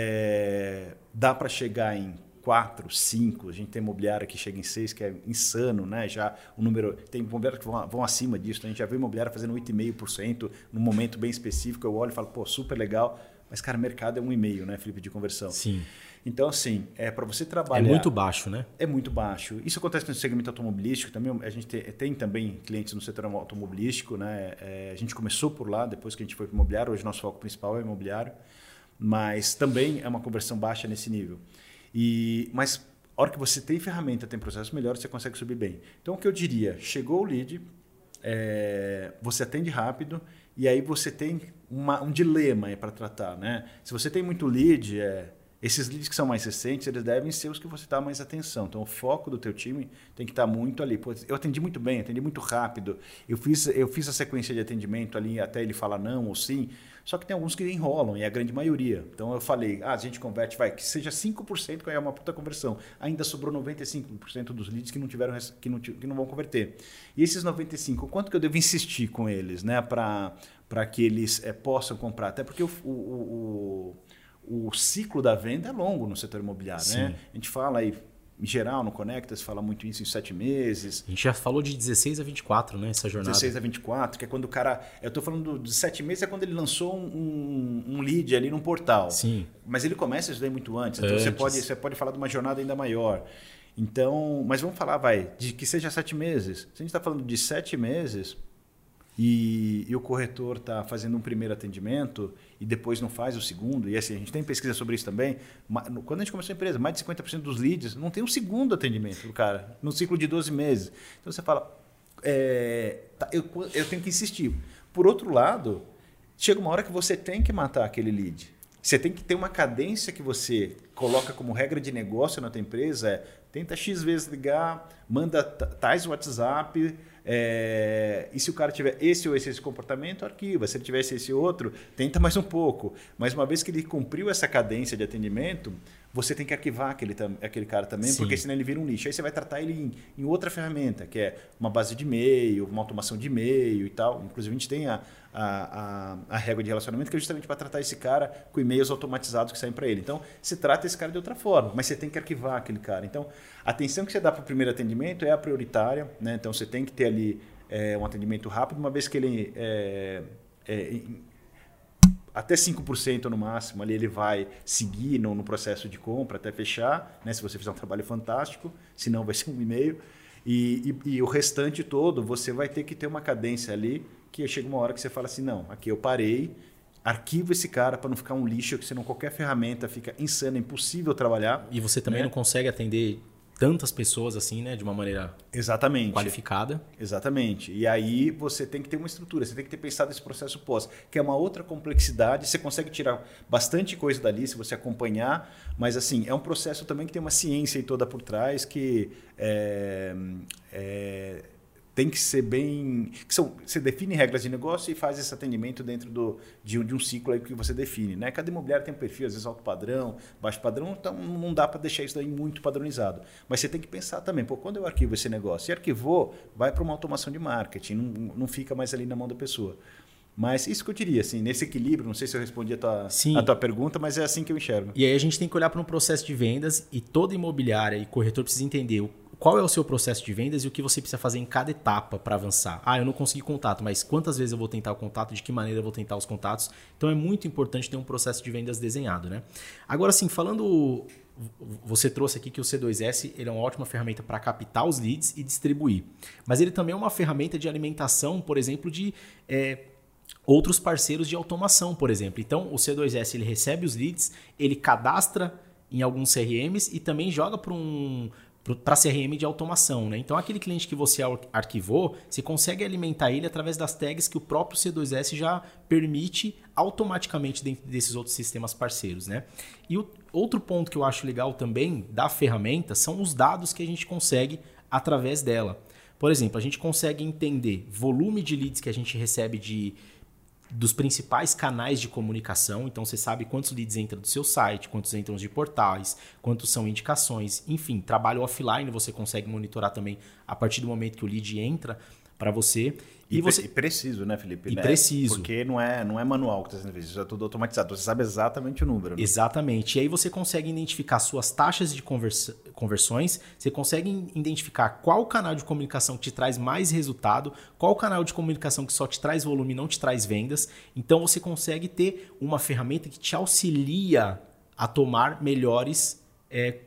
é, dá para chegar em quatro, cinco, a gente tem imobiliária que chega em seis, que é insano, né? Já o número, tem imobiliárias que vão, vão acima disso, a gente já viu imobiliária fazendo oito vírgula cinco por cento num momento bem específico, eu olho e falo, pô, super legal, mas cara, o mercado é um vírgula cinco, né, Felipe, de conversão.
Sim.
Então, assim, é para você trabalhar...
É muito baixo, né?
É muito baixo. Isso acontece no segmento automobilístico também, a gente tem, tem também clientes no setor automobilístico, né? É, a gente começou por lá, depois que a gente foi para o imobiliário, hoje nosso foco principal é imobiliário, mas também é uma conversão baixa nesse nível. E, mas a hora que você tem ferramenta, tem processos melhores, você consegue subir bem. Então, o que eu diria, chegou o lead, é, você atende rápido e aí você tem uma, um dilema para tratar. Né? Se você tem muito lead, é, esses leads que são mais recentes, eles devem ser os que você dá mais atenção. Então, o foco do teu time tem que estar muito ali. Pô, eu atendi muito bem, atendi muito rápido, eu fiz, eu fiz a sequência de atendimento ali até ele falar não ou sim. Só que tem alguns que enrolam, e é a grande maioria. Então, eu falei, ah, a gente converte, vai, que seja cinco por cento, que é uma puta conversão. Ainda sobrou noventa e cinco por cento dos leads que não, tiveram, que não, que não vão converter. E esses noventa e cinco por cento, quanto que eu devo insistir com eles, né, para que eles é, possam comprar? Até porque o, o, o, o ciclo da venda é longo no setor imobiliário. Né? A gente fala aí, em geral, no Conectas, fala muito isso em sete meses.
A gente já falou de dezesseis a vinte e quatro, né? Essa jornada.
dezesseis a vinte e quatro, que é quando o cara... Eu estou falando de sete meses, é quando ele lançou um, um lead ali num portal.
Sim.
Mas ele começa isso daí muito antes. Então,
antes.
Você, pode, você pode falar de uma jornada ainda maior. Então, mas vamos falar, vai, de que seja sete meses. Se a gente está falando de sete meses e, e o corretor está fazendo um primeiro atendimento e depois não faz o segundo, e assim, a gente tem pesquisa sobre isso também, quando a gente começou a empresa, mais de cinquenta por cento dos leads não tem um segundo atendimento do cara, no ciclo de doze meses. Então você fala, é, tá, eu, eu tenho que insistir. Por outro lado, chega uma hora que você tem que matar aquele lead. você tem que ter uma cadência que você coloca como regra de negócio na tua empresa, é tenta X vezes ligar, manda tais WhatsApp, é, e se o cara tiver esse ou esse, esse comportamento, arquiva. Se ele tivesse esse outro, tenta mais um pouco. Mas uma vez que ele cumpriu essa cadência de atendimento, você tem que arquivar aquele, aquele cara também, Sim. porque senão ele vira um lixo. Aí você vai tratar ele em, em outra ferramenta, que é uma base de e-mail, uma automação de e-mail e tal. Inclusive, a gente tem a, a, a, a régua de relacionamento, que é justamente para tratar esse cara com e-mails automatizados que saem para ele. Então, você trata esse cara de outra forma, mas você tem que arquivar aquele cara. Então, a atenção que você dá para o primeiro atendimento é a prioritária, né? Então, você tem que ter ali é, um atendimento rápido, uma vez que ele... É, é, até cinco por cento no máximo, ali ele vai seguir no, no processo de compra até fechar, né? Se você fizer um trabalho fantástico, senão vai ser um e-mail. E, e, e o restante todo, você vai ter que ter uma cadência ali, que chega uma hora que você fala assim, não, aqui eu parei, arquivo esse cara para não ficar um lixo, que senão qualquer ferramenta fica insana, impossível trabalhar.
E você também, né? Não consegue atender tantas pessoas assim, né, de uma maneira
Exatamente.
qualificada.
Exatamente. E aí você tem que ter uma estrutura, você tem que ter pensado esse processo pós, que é uma outra complexidade, você consegue tirar bastante coisa dali se você acompanhar, mas assim, é um processo também que tem uma ciência aí toda por trás, que é, é, tem que ser bem... Que são, você define regras de negócio e faz esse atendimento dentro do, de, um, de um ciclo aí que você define. Né? Cada imobiliário tem um perfil, às vezes alto padrão, baixo padrão, então não dá para deixar isso daí muito padronizado. Mas você tem que pensar também, pô, quando eu arquivo esse negócio, e arquivou, vai para uma automação de marketing, não, não fica mais ali na mão da pessoa. Mas isso que eu diria, assim, nesse equilíbrio, não sei se eu respondi a tua, a tua pergunta, mas é assim que eu enxergo.
E aí a gente tem que olhar para um processo de vendas e toda imobiliária e corretor precisa entender o qual é o seu processo de vendas e o que você precisa fazer em cada etapa para avançar. Ah, eu não consegui contato, mas quantas vezes eu vou tentar o contato, de que maneira eu vou tentar os contatos. Então é muito importante ter um processo de vendas desenhado, né? Agora sim, falando... Você trouxe aqui que o C dois S ele é uma ótima ferramenta para captar os leads e distribuir. Mas ele também é uma ferramenta de alimentação, por exemplo, de... É, outros parceiros de automação, por exemplo. Então, o C dois S ele recebe os leads, ele cadastra em alguns C R Ms e também joga para um... para C R M de automação, né? Então, aquele cliente que você arquivou, você consegue alimentar ele através das tags que o próprio C dois S já permite automaticamente dentro desses outros sistemas parceiros, né? E o outro ponto que eu acho legal também da ferramenta são os dados que a gente consegue através dela. Por exemplo, a gente consegue entender volume de leads que a gente recebe de... dos principais canais de comunicação, então você sabe quantos leads entram do seu site, quantos entram de portais, quantos são indicações, enfim, trabalho offline você consegue monitorar também a partir do momento que o lead entra para você.
E,
e, você...
e preciso, né, Felipe?
E
né?
preciso.
Porque não é, não é manual que está sendo feito, isso é tudo automatizado, você sabe exatamente o número. Né?
Exatamente, e aí você consegue identificar suas taxas de convers... conversões, você consegue identificar qual canal de comunicação te traz mais resultado, qual canal de comunicação que só te traz volume e não te traz vendas. Então você consegue ter uma ferramenta que te auxilia a tomar melhores é,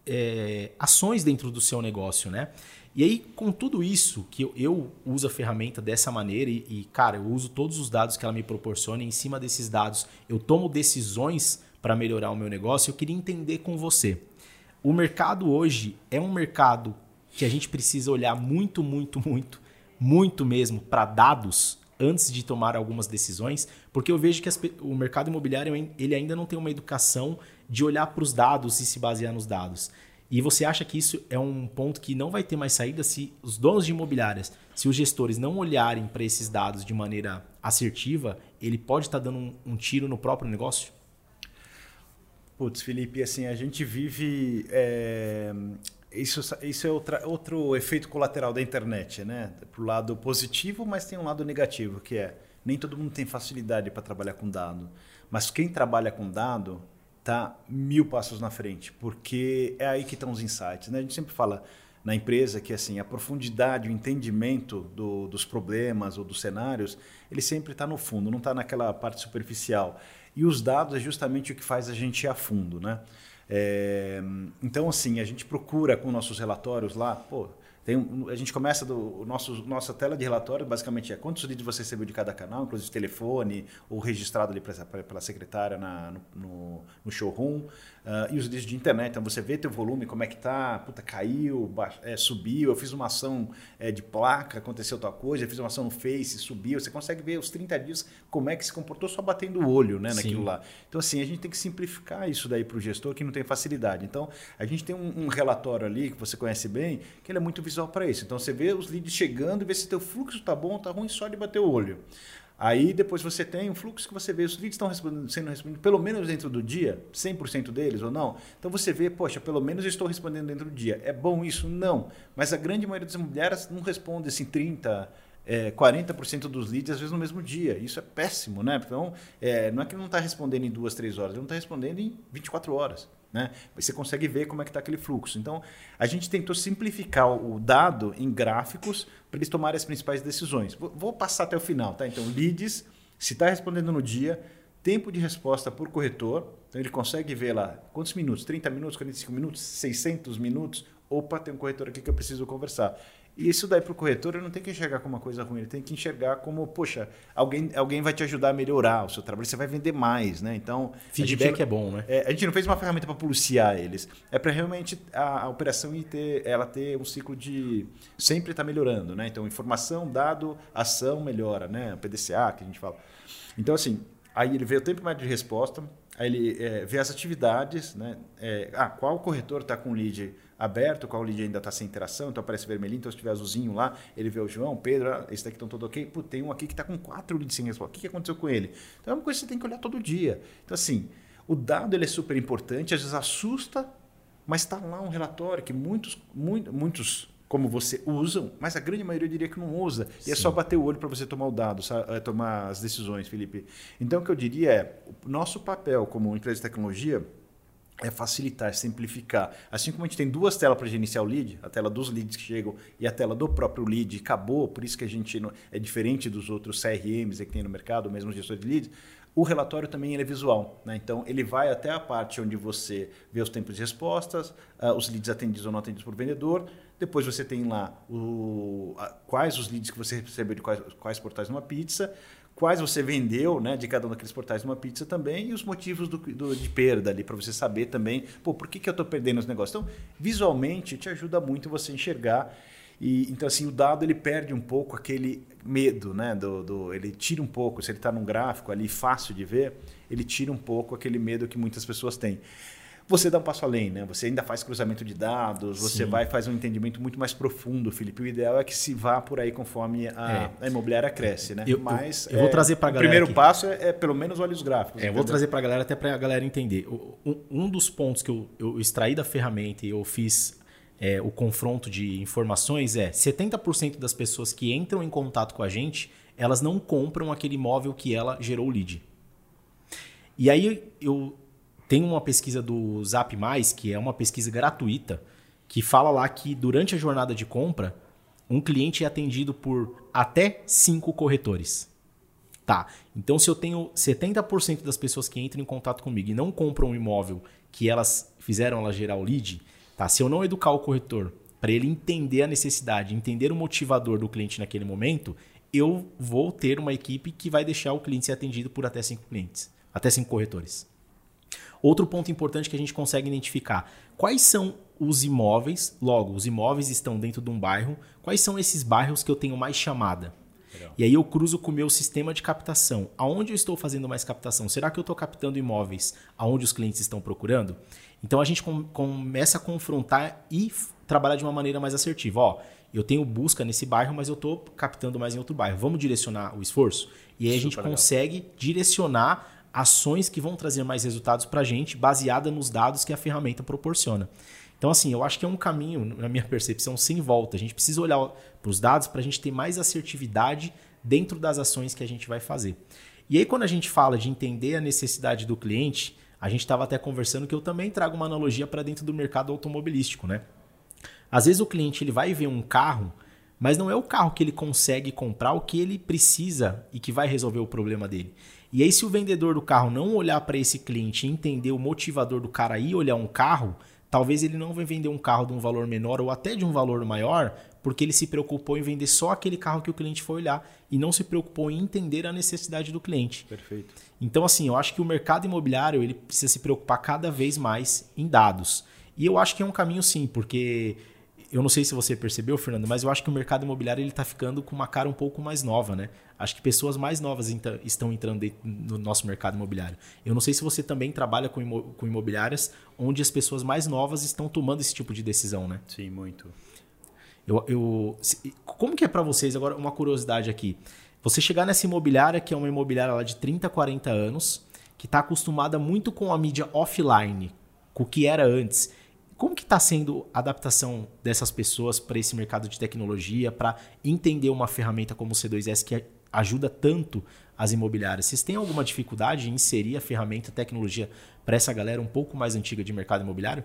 é, ações dentro do seu negócio, né? E aí, com tudo isso, que eu, eu uso a ferramenta dessa maneira e, e, cara, eu uso todos os dados que ela me proporciona e em cima desses dados eu tomo decisões para melhorar o meu negócio, eu queria entender com você. O mercado hoje é um mercado que a gente precisa olhar muito, muito, muito, muito mesmo para dados antes de tomar algumas decisões, porque eu vejo que as, o mercado imobiliário ele ainda não tem uma educação de olhar para os dados e se basear nos dados. E você acha que isso é um ponto que não vai ter mais saída se os donos de imobiliárias, se os gestores não olharem para esses dados de maneira assertiva, ele pode estar dando um, um tiro no próprio negócio?
Putz, Felipe, assim, a gente vive... É, isso, isso é outra, outro efeito colateral da internet, né? Para o lado positivo, mas tem um lado negativo, que é nem todo mundo tem facilidade para trabalhar com dado. Mas quem trabalha com dado... está mil passos na frente, porque é aí que estão os insights. Né? A gente sempre fala na empresa que assim, a profundidade, o entendimento do, dos problemas ou dos cenários, ele sempre está no fundo, não está naquela parte superficial. E os dados é justamente o que faz a gente ir a fundo. Né? É, então, assim, a gente procura com nossos relatórios lá, pô, Tem um, a gente começa do nosso nossa tela de relatório, basicamente é quantos leads você recebeu de cada canal, inclusive telefone ou registrado ali pra, pra, pela secretária na, no, no, no showroom, uh, e os leads de internet. Então você vê teu volume, como é que tá, puta, caiu, baix, é, subiu, eu fiz uma ação é, de placa, aconteceu tal coisa, eu fiz uma ação no Face, subiu. Você consegue ver os trinta dias como é que se comportou só batendo o olho, né, naquilo lá. Então assim, a gente tem que simplificar isso daí para o gestor que não tem facilidade. Então a gente tem um, um relatório ali que você conhece bem, que ele é muito visual para isso. Então você vê os leads chegando e vê se teu fluxo tá bom ou tá ruim só de bater o olho. Aí depois você tem um fluxo que você vê, os leads estão respondendo, sendo respondidos pelo menos dentro do dia, cem por cento deles ou não. Então você vê, poxa, pelo menos eu estou respondendo dentro do dia. É bom isso? Não. Mas a grande maioria das mulheres não responde assim trinta, é, quarenta por cento dos leads às vezes no mesmo dia. Isso é péssimo, né? Então é, não é que ele não está respondendo em duas, três horas, ele não está respondendo em vinte e quatro horas. Né? Você consegue ver como é que está aquele fluxo. Então, a gente tentou simplificar o dado em gráficos para eles tomarem as principais decisões. Vou passar até o final. Tá? Então, leads, se está respondendo no dia, tempo de resposta por corretor. Então, ele consegue ver lá quantos minutos, trinta minutos, quarenta e cinco minutos, seiscentos minutos. Opa, tem um corretor aqui que eu preciso conversar. E isso daí para o corretor, ele não tem que enxergar como uma coisa ruim, ele tem que enxergar como, poxa, alguém, alguém vai te ajudar a melhorar o seu trabalho, você vai vender mais, né? Então,
feedback
gente,
é bom, né?
É, a gente não fez uma ferramenta para policiar eles, é para realmente a, a operação ter, ela ter um ciclo de sempre estar tá melhorando, né? Então, informação, dado, ação, melhora, né? O P D C A que a gente fala. Então, assim, aí ele vê o tempo médio de resposta, aí ele é, vê as atividades, né? É, ah, qual corretor está com o lead aberto, qual lead ainda está sem interação, então aparece vermelhinho, então se tiver azulzinho lá, ele vê o João, o Pedro, ah, esse daqui estão todos ok, pô, tem um aqui que está com quatro leads sem resposta, o que, que aconteceu com ele? Então é uma coisa que você tem que olhar todo dia. Então assim, o dado ele é super importante, às vezes assusta, mas está lá um relatório que muitos, muito, muitos como você usam, mas a grande maioria eu diria que não usa. E Sim. é só bater o olho para você tomar o dado, sabe? Tomar as decisões, Felipe. Então o que eu diria é, o nosso papel como empresa de tecnologia é facilitar, simplificar. Assim como a gente tem duas telas para gerenciar o lead, a tela dos leads que chegam e a tela do próprio lead, acabou, por isso que a gente não, é diferente dos outros C R Ms que tem no mercado, mesmo os gestores de leads, o relatório também ele é visual. Né? Então, ele vai até a parte onde você vê os tempos de respostas, uh, os leads atendidos ou não atendidos por vendedor, depois você tem lá o, a, quais os leads que você recebeu de quais, quais portais numa pizza, quais você vendeu, né, de cada um daqueles portais numa pizza também, e os motivos do, do, de perda ali, para você saber também, pô, por que, que eu estou perdendo os negócios? Então, visualmente, te ajuda muito você enxergar. E, então, assim, o dado ele perde um pouco aquele medo, né, do, do, ele tira um pouco, se ele está num gráfico ali fácil de ver, ele tira um pouco aquele medo que muitas pessoas têm. Você dá um passo além, né? Você ainda faz cruzamento de dados, você Sim. vai fazer um entendimento muito mais profundo, Felipe. O ideal é que se vá por aí conforme a, é. a imobiliária cresce, né?
Eu,
Mas
eu, eu vou
é,
trazer para a galera.
O primeiro
aqui.
passo é, é pelo menos olhar os gráficos.
É, eu vou trazer para a galera até para a galera entender. Um, um dos pontos que eu, eu extraí da ferramenta e eu fiz é, o confronto de informações é setenta por cento das pessoas que entram em contato com a gente, elas não compram aquele imóvel que ela gerou o lead. E aí eu tem uma pesquisa do Zap Mais, que é uma pesquisa gratuita, que fala lá que durante a jornada de compra, um cliente é atendido por até cinco corretores. Tá, então se eu tenho setenta por cento das pessoas que entram em contato comigo e não compram um imóvel que elas fizeram ela gerar o lead, tá? Se eu não educar o corretor para ele entender a necessidade, entender o motivador do cliente naquele momento, eu vou ter uma equipe que vai deixar o cliente ser atendido por até cinco clientes, até cinco corretores. Outro ponto importante que a gente consegue identificar, quais são os imóveis, logo, os imóveis estão dentro de um bairro, quais são esses bairros que eu tenho mais chamada? Legal. E aí eu cruzo com o meu sistema de captação. Aonde eu estou fazendo mais captação? Será que eu estou captando imóveis aonde os clientes estão procurando? Então a gente com, começa a confrontar e f- trabalhar de uma maneira mais assertiva. Ó, eu tenho busca nesse bairro, mas eu estou captando mais em outro bairro. Vamos direcionar o esforço? E aí a gente Super consegue legal. direcionar ações que vão trazer mais resultados para a gente, baseada nos dados que a ferramenta proporciona. Então, assim, eu acho que é um caminho, na minha percepção, sem volta. A gente precisa olhar para os dados para a gente ter mais assertividade dentro das ações que a gente vai fazer. E aí, quando a gente fala de entender a necessidade do cliente, a gente estava até conversando que eu também trago uma analogia para dentro do mercado automobilístico, né? Às vezes o cliente ele vai ver um carro, mas não é o carro que ele consegue comprar, o que ele precisa e que vai resolver o problema dele. E aí, se o vendedor do carro não olhar para esse cliente e entender o motivador do cara ir olhar um carro, talvez ele não vai vender um carro de um valor menor ou até de um valor maior, porque ele se preocupou em vender só aquele carro que o cliente foi olhar e não se preocupou em entender a necessidade do cliente.
Perfeito.
Então, assim, eu acho que o mercado imobiliário ele precisa se preocupar cada vez mais em dados. E eu acho que é um caminho sim, porque eu não sei se você percebeu, Fernando, mas eu acho que o mercado imobiliário ele está ficando com uma cara um pouco mais nova, né? Acho que pessoas mais novas estão entrando no nosso mercado imobiliário. Eu não sei se você também trabalha com imobiliárias onde as pessoas mais novas estão tomando esse tipo de decisão, né?
Sim, muito.
Eu, eu, como que é para vocês, agora uma curiosidade aqui, você chegar nessa imobiliária, que é uma imobiliária lá de trinta, quarenta anos, que está acostumada muito com a mídia offline, com o que era antes, como que está sendo a adaptação dessas pessoas para esse mercado de tecnologia, para entender uma ferramenta como o C dois S que ajuda tanto as imobiliárias? Vocês têm alguma dificuldade em inserir a ferramenta, a tecnologia para essa galera um pouco mais antiga de mercado imobiliário?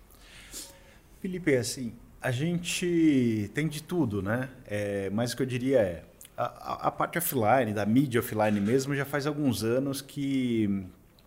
Felipe, assim, a gente tem de tudo, né? É, mas o que eu diria é, a, a parte offline, da mídia offline mesmo, já faz alguns anos que,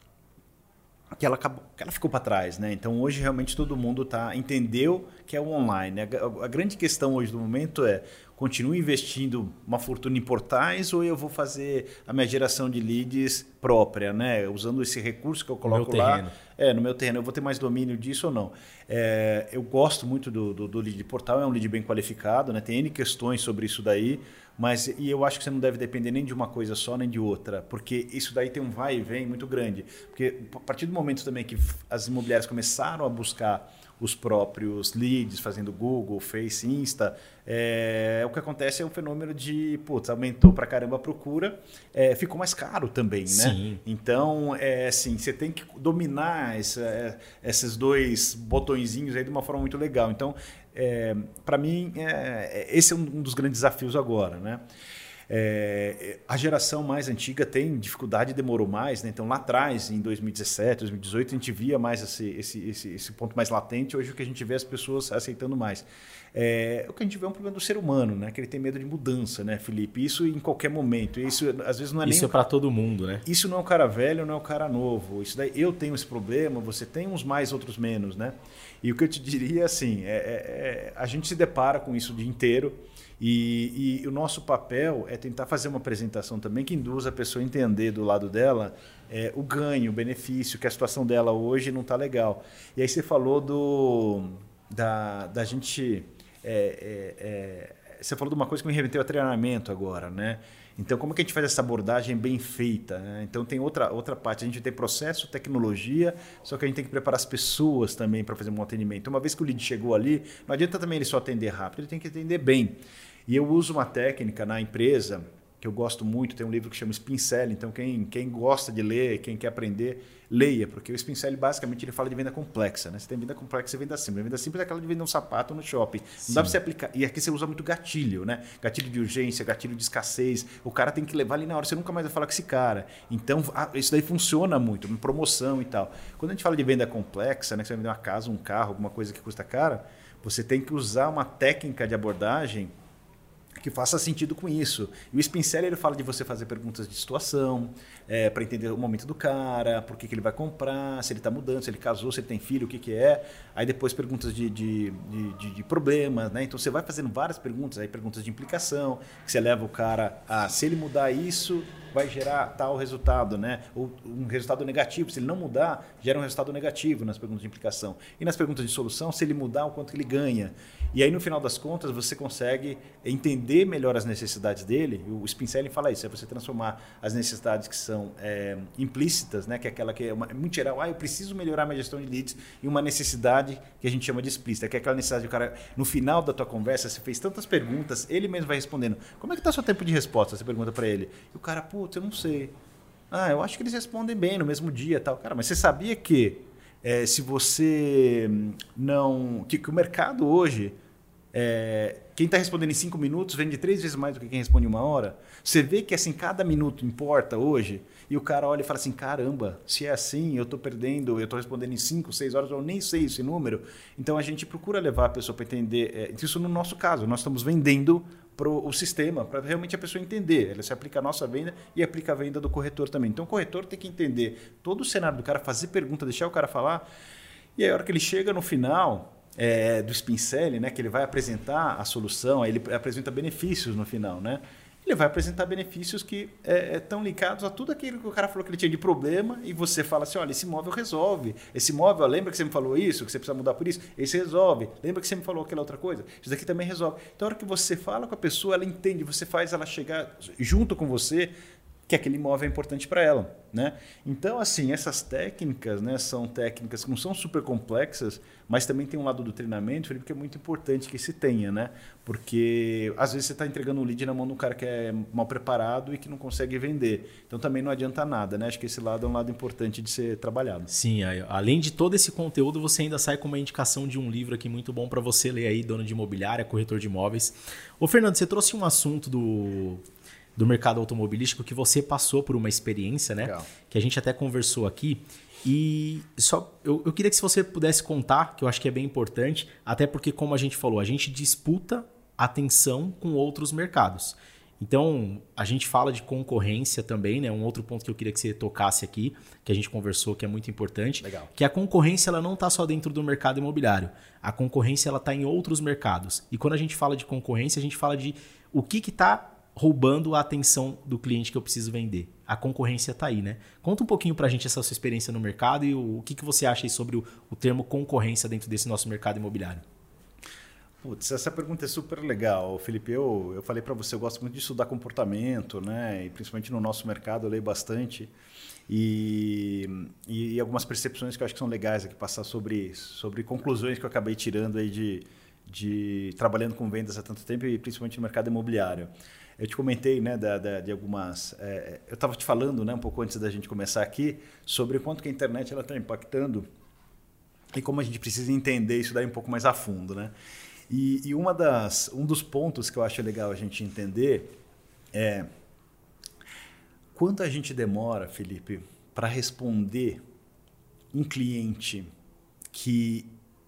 que, ela, acabou, que ela ficou para trás, né? Então hoje realmente todo mundo tá, entendeu que é o online. A, a grande questão hoje do momento é, continuo investindo uma fortuna em portais ou eu vou fazer a minha geração de leads própria, né? Usando esse recurso que eu coloco lá. É, no meu terreno. Eu vou ter mais domínio disso ou não? É, eu gosto muito do, do, do lead de portal, é um lead bem qualificado, né? Tem N questões sobre isso daí, mas e eu acho que você não deve depender nem de uma coisa só, nem de outra, porque isso daí tem um vai e vem muito grande. Porque a partir do momento também que as imobiliárias começaram a buscar os próprios leads, fazendo Google, Face, Insta, é, o que acontece é um fenômeno de, putz, aumentou pra caramba a procura, é, ficou mais caro também, né?
Sim.
Então, é, assim, você tem que dominar essa, esses dois botõezinhos aí de uma forma muito legal. Então, é, para mim, é, esse é um dos grandes desafios agora, né? É, a geração mais antiga tem dificuldade e demorou mais, né? Então lá atrás, em dois mil e dezessete, dois mil e dezoito, a gente via mais esse, esse, esse, esse ponto mais latente. Hoje o que a gente vê é as pessoas aceitando mais. É, o que a gente vê é um problema do ser humano, né? Que ele tem medo de mudança, né, Felipe? Isso em qualquer momento. Isso às vezes não é
Isso
nem
é para todo mundo, né?
Isso não é o cara velho, não é o cara novo. Isso daí, eu tenho esse problema, você tem uns mais, outros menos, né? E o que eu te diria assim, é, é, é, a gente se depara com isso o dia inteiro. E, e o nosso papel é tentar fazer uma apresentação também que induza a pessoa a entender do lado dela é, o ganho, o benefício, que a situação dela hoje não está legal. E aí você falou do, da, da gente... É, é, é, você falou de uma coisa que me remeteu a treinamento agora, né? Então, como é que a gente faz essa abordagem bem feita, né? Então, tem outra, outra parte. A gente tem processo, tecnologia, só que a gente tem que preparar as pessoas também para fazer um atendimento. Uma vez que o lead chegou ali, não adianta também ele só atender rápido, ele tem que atender bem. E eu uso uma técnica na empresa que eu gosto muito, tem um livro que chama Spin Selling, então quem, quem gosta de ler, quem quer aprender, leia, porque o Spin Selling basicamente ele fala de venda complexa, né? Você tem venda complexa e venda simples. A venda simples é aquela de vender um sapato no shopping. Não Sim. dá para você aplicar. E aqui você usa muito gatilho, né? Gatilho de urgência, gatilho de escassez. O cara tem que levar ali na hora, você nunca mais vai falar com esse cara. Então, isso daí funciona muito, uma promoção e tal. Quando a gente fala de venda complexa, né? Que você vai vender uma casa, um carro, alguma coisa que custa cara, você tem que usar uma técnica de abordagem que faça sentido com isso. E o Spin Selling, ele fala de você fazer perguntas de situação, é, para entender o momento do cara, por que, que ele vai comprar, se ele está mudando, se ele casou, se ele tem filho, o que, que é. Aí depois perguntas de, de, de, de, de problemas, né? Então você vai fazendo várias perguntas, aí perguntas de implicação, que você leva o cara a, se ele mudar isso, vai gerar tal resultado, né? Ou um resultado negativo. Se ele não mudar, gera um resultado negativo nas perguntas de implicação. E nas perguntas de solução, se ele mudar, o quanto que ele ganha. E aí, no final das contas, você consegue entender melhor as necessidades dele. O Spin Selling fala isso, é você transformar as necessidades que são é, implícitas, né? Que é aquela que é, uma, é muito geral. Ah, eu preciso melhorar minha gestão de leads, em uma necessidade que a gente chama de explícita, que é aquela necessidade do cara, no final da tua conversa, você fez tantas perguntas, ele mesmo vai respondendo. Como é que está o seu tempo de resposta? Você pergunta para ele. E o cara, putz, eu não sei. Ah, eu acho que eles respondem bem no mesmo dia. Tal. Cara, mas você sabia que é, se você não... Que, que o mercado hoje... É, quem está respondendo em cinco minutos vende três vezes mais do que quem responde em uma hora. Você vê que assim, cada minuto importa hoje e o cara olha e fala assim, caramba, se é assim, eu estou perdendo, eu estou respondendo em cinco, seis horas, eu nem sei esse número. Então a gente procura levar a pessoa para entender, é, isso no nosso caso, nós estamos vendendo para o sistema, para realmente a pessoa entender. Ela se aplica a nossa venda e aplica a venda do corretor também. Então o corretor tem que entender todo o cenário do cara, fazer pergunta, deixar o cara falar. E aí, a hora que ele chega no final é, do Spin Selling, né, que ele vai apresentar a solução, aí ele apresenta benefícios no final, né? Ele vai apresentar benefícios que estão é, ligados a tudo aquilo que o cara falou que ele tinha de problema e você fala assim, olha, esse móvel resolve. Esse móvel, lembra que você me falou isso, que você precisa mudar por isso? Esse resolve. Lembra que você me falou aquela outra coisa? Isso daqui também resolve. Então, a hora que você fala com a pessoa, ela entende, você faz ela chegar junto com você que aquele imóvel é importante para ela, né? Então, assim, essas técnicas, né, são técnicas que não são super complexas, mas também tem um lado do treinamento, Felipe, que é muito importante que se tenha, né? Porque às vezes você está entregando um lead na mão de um cara que é mal preparado e que não consegue vender. Então também não adianta nada, né? Acho que esse lado é um lado importante de ser trabalhado.
Sim, além de todo esse conteúdo, você ainda sai com uma indicação de um livro aqui muito bom para você ler aí, dono de imobiliária, corretor de imóveis. Ô, Fernando, você trouxe um assunto do... do mercado automobilístico que você passou por uma experiência, né? Legal. Que a gente até conversou aqui. E só eu, eu queria que se você pudesse contar, que eu acho que é bem importante, até porque, como a gente falou, a gente disputa atenção com outros mercados. Então, a gente fala de concorrência também, né? Um outro ponto que eu queria que você tocasse aqui, que a gente conversou, que é muito importante, Legal. Que a concorrência ela não está só dentro do mercado imobiliário. A concorrência ela está em outros mercados. E quando a gente fala de concorrência, a gente fala de o que está roubando a atenção do cliente que eu preciso vender. A concorrência está aí, né? Conta um pouquinho para a gente essa sua experiência no mercado e o, o que, que você acha aí sobre o, o termo concorrência dentro desse nosso mercado imobiliário.
Putz, essa pergunta é super legal, Felipe. Eu, eu falei para você, eu gosto muito de estudar comportamento, né? E principalmente no nosso mercado eu leio bastante. E, e, e algumas percepções que eu acho que são legais aqui, passar sobre, sobre conclusões que eu acabei tirando aí de, de trabalhando com vendas há tanto tempo e principalmente no mercado imobiliário. Eu te comentei, né, da, da, de algumas... É, eu estava te falando, né, um pouco antes da gente começar aqui sobre o quanto que a internet está impactando e como a gente precisa entender isso daí um pouco mais a fundo, né? E, e uma das, um dos pontos que eu acho legal a gente entender é quanto a gente demora, Felipe, para responder um cliente que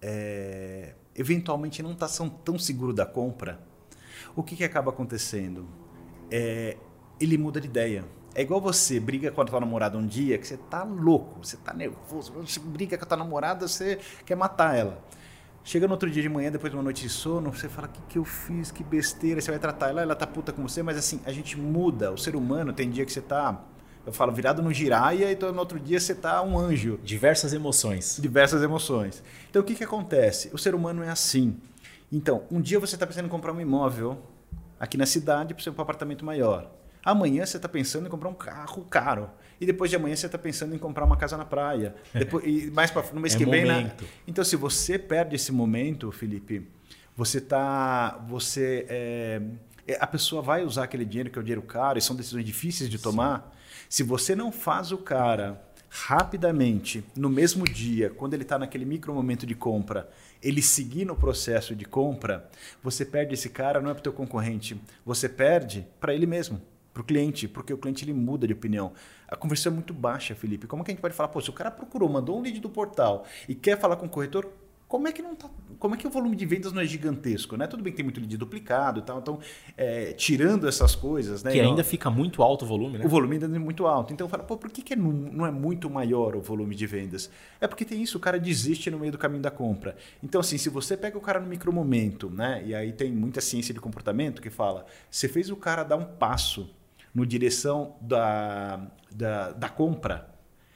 é, eventualmente não está tão seguro da compra. O que, que acaba acontecendo? É, ele muda de ideia. É igual você briga com a tua namorada um dia que você tá louco, você tá nervoso, você briga com a tua namorada, você quer matar ela. Chega no outro dia de manhã, depois de uma noite de sono, você fala, o que, que eu fiz, que besteira, você vai tratar ela, ela tá puta com você, mas assim, a gente muda. O ser humano tem dia que você tá, eu falo, virado no giraia, e no outro dia você tá um anjo.
Diversas emoções.
Diversas emoções. Então o que, que acontece? O ser humano é assim. Então, um dia você está pensando em comprar um imóvel aqui na cidade para um apartamento maior. Amanhã você está pensando em comprar um carro caro. E depois de amanhã você está pensando em comprar uma casa na praia. Depois, e mais para no mês é que vem, né? Então, se você perde esse momento, Felipe, você tá, você é, a pessoa vai usar aquele dinheiro que é o dinheiro caro e são decisões difíceis de tomar. Sim. Se você não faz o cara rapidamente, no mesmo dia, quando ele está naquele micro momento de compra, ele seguir no processo de compra, você perde esse cara, não é para o teu concorrente, você perde para ele mesmo, para o cliente, porque o cliente ele muda de opinião. A conversão é muito baixa, Felipe. Como que a gente pode falar, pô, se o cara procurou, mandou um lead do portal e quer falar com o corretor, como é que não tá, como é que o volume de vendas não é gigantesco, né? Tudo bem que tem muito lead duplicado e tal, então é, tirando essas coisas, né?
Que ainda não, fica muito alto o volume, né?
O volume ainda é muito alto. Então fala, pô, por que, que não, não é muito maior o volume de vendas? É porque tem isso, o cara desiste no meio do caminho da compra. Então assim, se você pega o cara no micromomento, né? E aí tem muita ciência de comportamento que fala, você fez o cara dar um passo no direção da, da, da compra,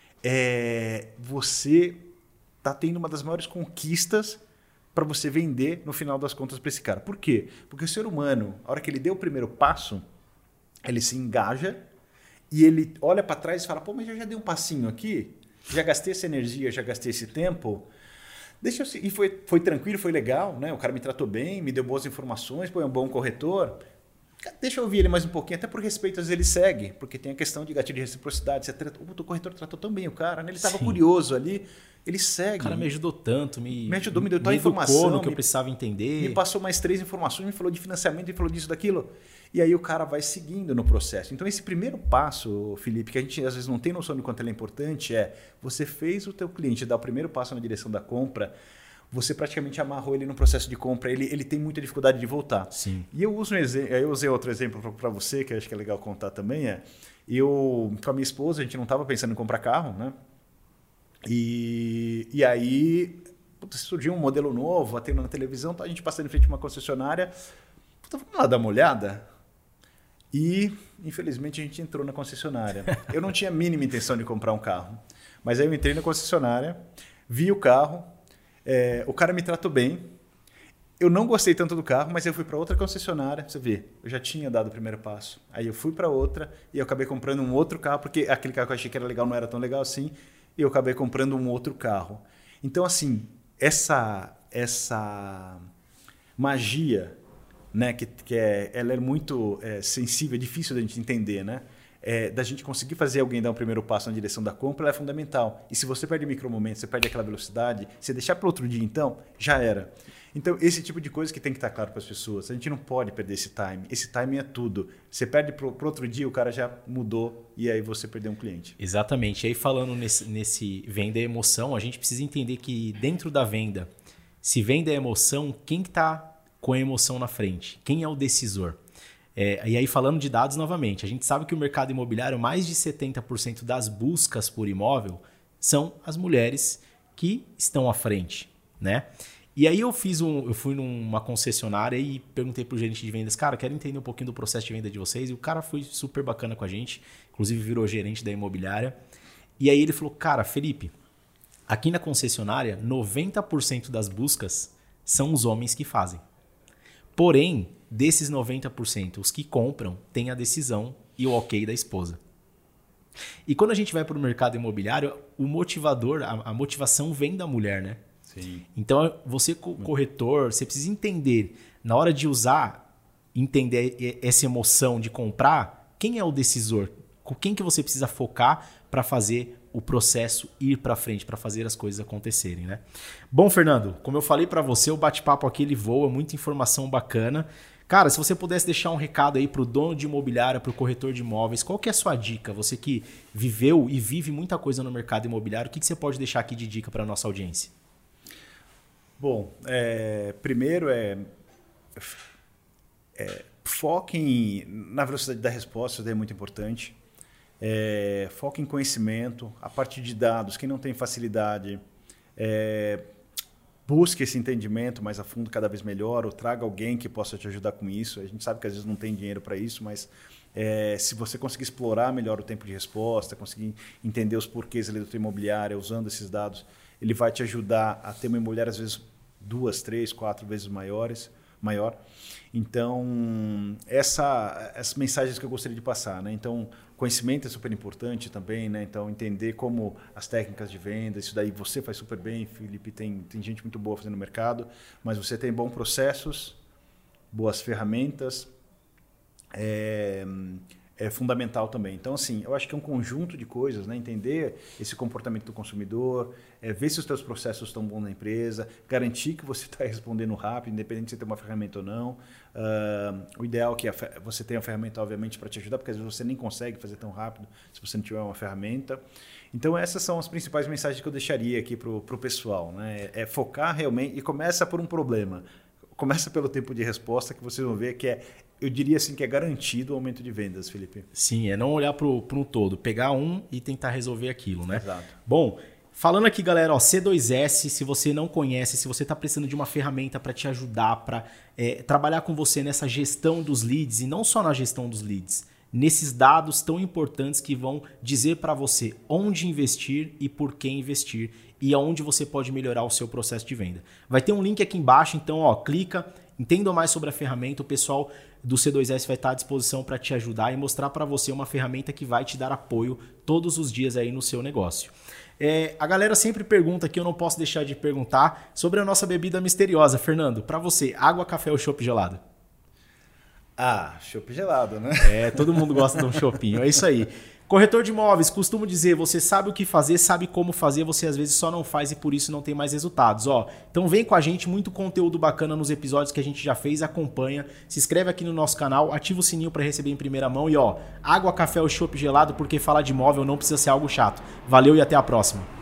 é, você está tendo uma das maiores conquistas para você vender no final das contas para esse cara. Por quê? Porque o ser humano, a hora que ele deu o primeiro passo, ele se engaja e ele olha para trás e fala, pô, mas eu já dei um passinho aqui, já gastei essa energia, já gastei esse tempo, deixa eu... E foi, foi tranquilo, foi legal, né? O cara me tratou bem, me deu boas informações, pô, é um bom corretor. Deixa eu ouvir ele mais um pouquinho, até por respeito, às vezes ele segue, porque tem a questão de gatilho de reciprocidade. Você trata, o corretor tratou tão bem o cara, né? Ele estava curioso ali, ele segue.
O cara me ajudou tanto, me,
me ajudou, me deu toda a
me
informação.
no que
me,
eu precisava entender.
Me passou mais três informações, me falou de financiamento, me falou disso, daquilo. E aí o cara vai seguindo no processo. Então esse primeiro passo, Felipe, que a gente às vezes não tem noção de quanto ele é importante, é você fez o teu cliente dar o primeiro passo na direção da compra, você praticamente amarrou ele no processo de compra, ele, ele tem muita dificuldade de voltar.
Sim.
E eu, uso um exemplo, eu usei outro exemplo para você, que eu acho que é legal contar também, é, eu com a minha esposa, a gente não estava pensando em comprar carro, né? E, e aí putz, surgiu um modelo novo, atendo na televisão, tá, a gente passando em frente a uma concessionária. Putz, vamos lá dar uma olhada? E, infelizmente, a gente entrou na concessionária. Eu não tinha a mínima intenção de comprar um carro. Mas aí eu entrei na concessionária, vi o carro, é, o cara me tratou bem. Eu não gostei tanto do carro, mas eu fui para outra concessionária. Você vê, eu já tinha dado o primeiro passo. Aí eu fui para outra e eu acabei comprando um outro carro, porque aquele carro que eu achei que era legal não era tão legal assim. E eu acabei comprando um outro carro. Então, assim, essa, essa magia, né, que, que é, ela é muito é, sensível, é difícil da gente entender, né? É, da gente conseguir fazer alguém dar um primeiro passo na direção da compra, ela é fundamental. E se você perde micromomentos, você perde aquela velocidade, você deixar para outro dia, então, já era. Então, esse tipo de coisa que tem que estar claro para as pessoas. A gente não pode perder esse time. Esse time é tudo. Você perde para o outro dia, o cara já mudou e aí você perdeu um cliente.
Exatamente. E aí, falando nesse, nesse venda e emoção, a gente precisa entender que dentro da venda, se venda é emoção, quem que está com a emoção na frente? Quem é o decisor? É, e aí, falando de dados novamente, a gente sabe que o mercado imobiliário, mais de setenta por cento das buscas por imóvel são as mulheres que estão à frente, né? E aí eu fiz um, eu fui numa concessionária e perguntei pro gerente de vendas, cara, quero entender um pouquinho do processo de venda de vocês. E o cara foi super bacana com a gente, inclusive virou gerente da imobiliária. E aí ele falou, cara, Felipe, aqui na concessionária, noventa por cento das buscas são os homens que fazem. Porém, desses noventa por cento, os que compram têm a decisão e o ok da esposa. E quando a gente vai para o mercado imobiliário, o motivador, a, a motivação vem da mulher, né?
Sim.
Então, você, corretor, você precisa entender, na hora de usar, entender essa emoção de comprar, quem é o decisor? Com quem que você precisa focar para fazer o processo ir para frente, para fazer as coisas acontecerem, né? Bom, Fernando, como eu falei para você, o bate-papo aqui ele voa, muita informação bacana. Cara, se você pudesse deixar um recado aí para o dono de imobiliária, para o corretor de imóveis, qual que é a sua dica? Você que viveu e vive muita coisa no mercado imobiliário, o que, que você pode deixar aqui de dica para a nossa audiência?
Bom, é, primeiro é, é foquem na velocidade da resposta, isso é muito importante. É, foque em conhecimento, a partir de dados, quem não tem facilidade, é, busque esse entendimento mais a fundo, cada vez melhor, ou traga alguém que possa te ajudar com isso. A gente sabe que às vezes não tem dinheiro para isso, mas é, se você conseguir explorar melhor o tempo de resposta, conseguir entender os porquês ali da tua imobiliária, usando esses dados, ele vai te ajudar a ter uma imobiliária, às vezes, duas, três, quatro vezes maiores, maior. Então, essa, essas mensagens que eu gostaria de passar, né? Então, conhecimento é super importante também, né? Então, entender como as técnicas de venda, isso daí você faz super bem, Felipe, tem, tem gente muito boa fazendo no mercado, mas você tem bons processos, boas ferramentas, é, é fundamental também. Então, assim, eu acho que é um conjunto de coisas, né? Entender esse comportamento do consumidor, é, ver se os teus processos estão bons na empresa, garantir que você está respondendo rápido, independente de você ter uma ferramenta ou não. Uh, o ideal é que a, você tenha uma ferramenta, obviamente, para te ajudar, porque às vezes você nem consegue fazer tão rápido se você não tiver uma ferramenta. Então, essas são as principais mensagens que eu deixaria aqui para o pessoal, né? É focar realmente, e começa por um problema. Começa pelo tempo de resposta, que vocês vão ver que é, eu diria assim, que é garantido o aumento de vendas, Felipe.
Sim, é não olhar para o todo, pegar um e tentar resolver aquilo, né?
Exato.
Bom, falando aqui, galera, ó, C dois S, se você não conhece, se você está precisando de uma ferramenta para te ajudar, para é, trabalhar com você nessa gestão dos leads, e não só na gestão dos leads, nesses dados tão importantes que vão dizer para você onde investir e por que investir e aonde você pode melhorar o seu processo de venda. Vai ter um link aqui embaixo, então ó, clica, entenda mais sobre a ferramenta, o pessoal do C dois S vai estar à disposição para te ajudar e mostrar para você uma ferramenta que vai te dar apoio todos os dias aí no seu negócio. É, a galera sempre pergunta aqui, eu não posso deixar de perguntar, sobre a nossa bebida misteriosa. Fernando, para você, água, café ou chopp gelado?
Ah, chopp gelado, né?
É, todo mundo gosta de um choppinho, é isso aí. Corretor de imóveis, costumo dizer, você sabe o que fazer, sabe como fazer, você às vezes só não faz e por isso não tem mais resultados. Ó, então vem com a gente, muito conteúdo bacana nos episódios que a gente já fez, acompanha, se inscreve aqui no nosso canal, ativa o sininho para receber em primeira mão e ó, água, café ou chopp gelado, porque falar de imóvel não precisa ser algo chato. Valeu e até a próxima.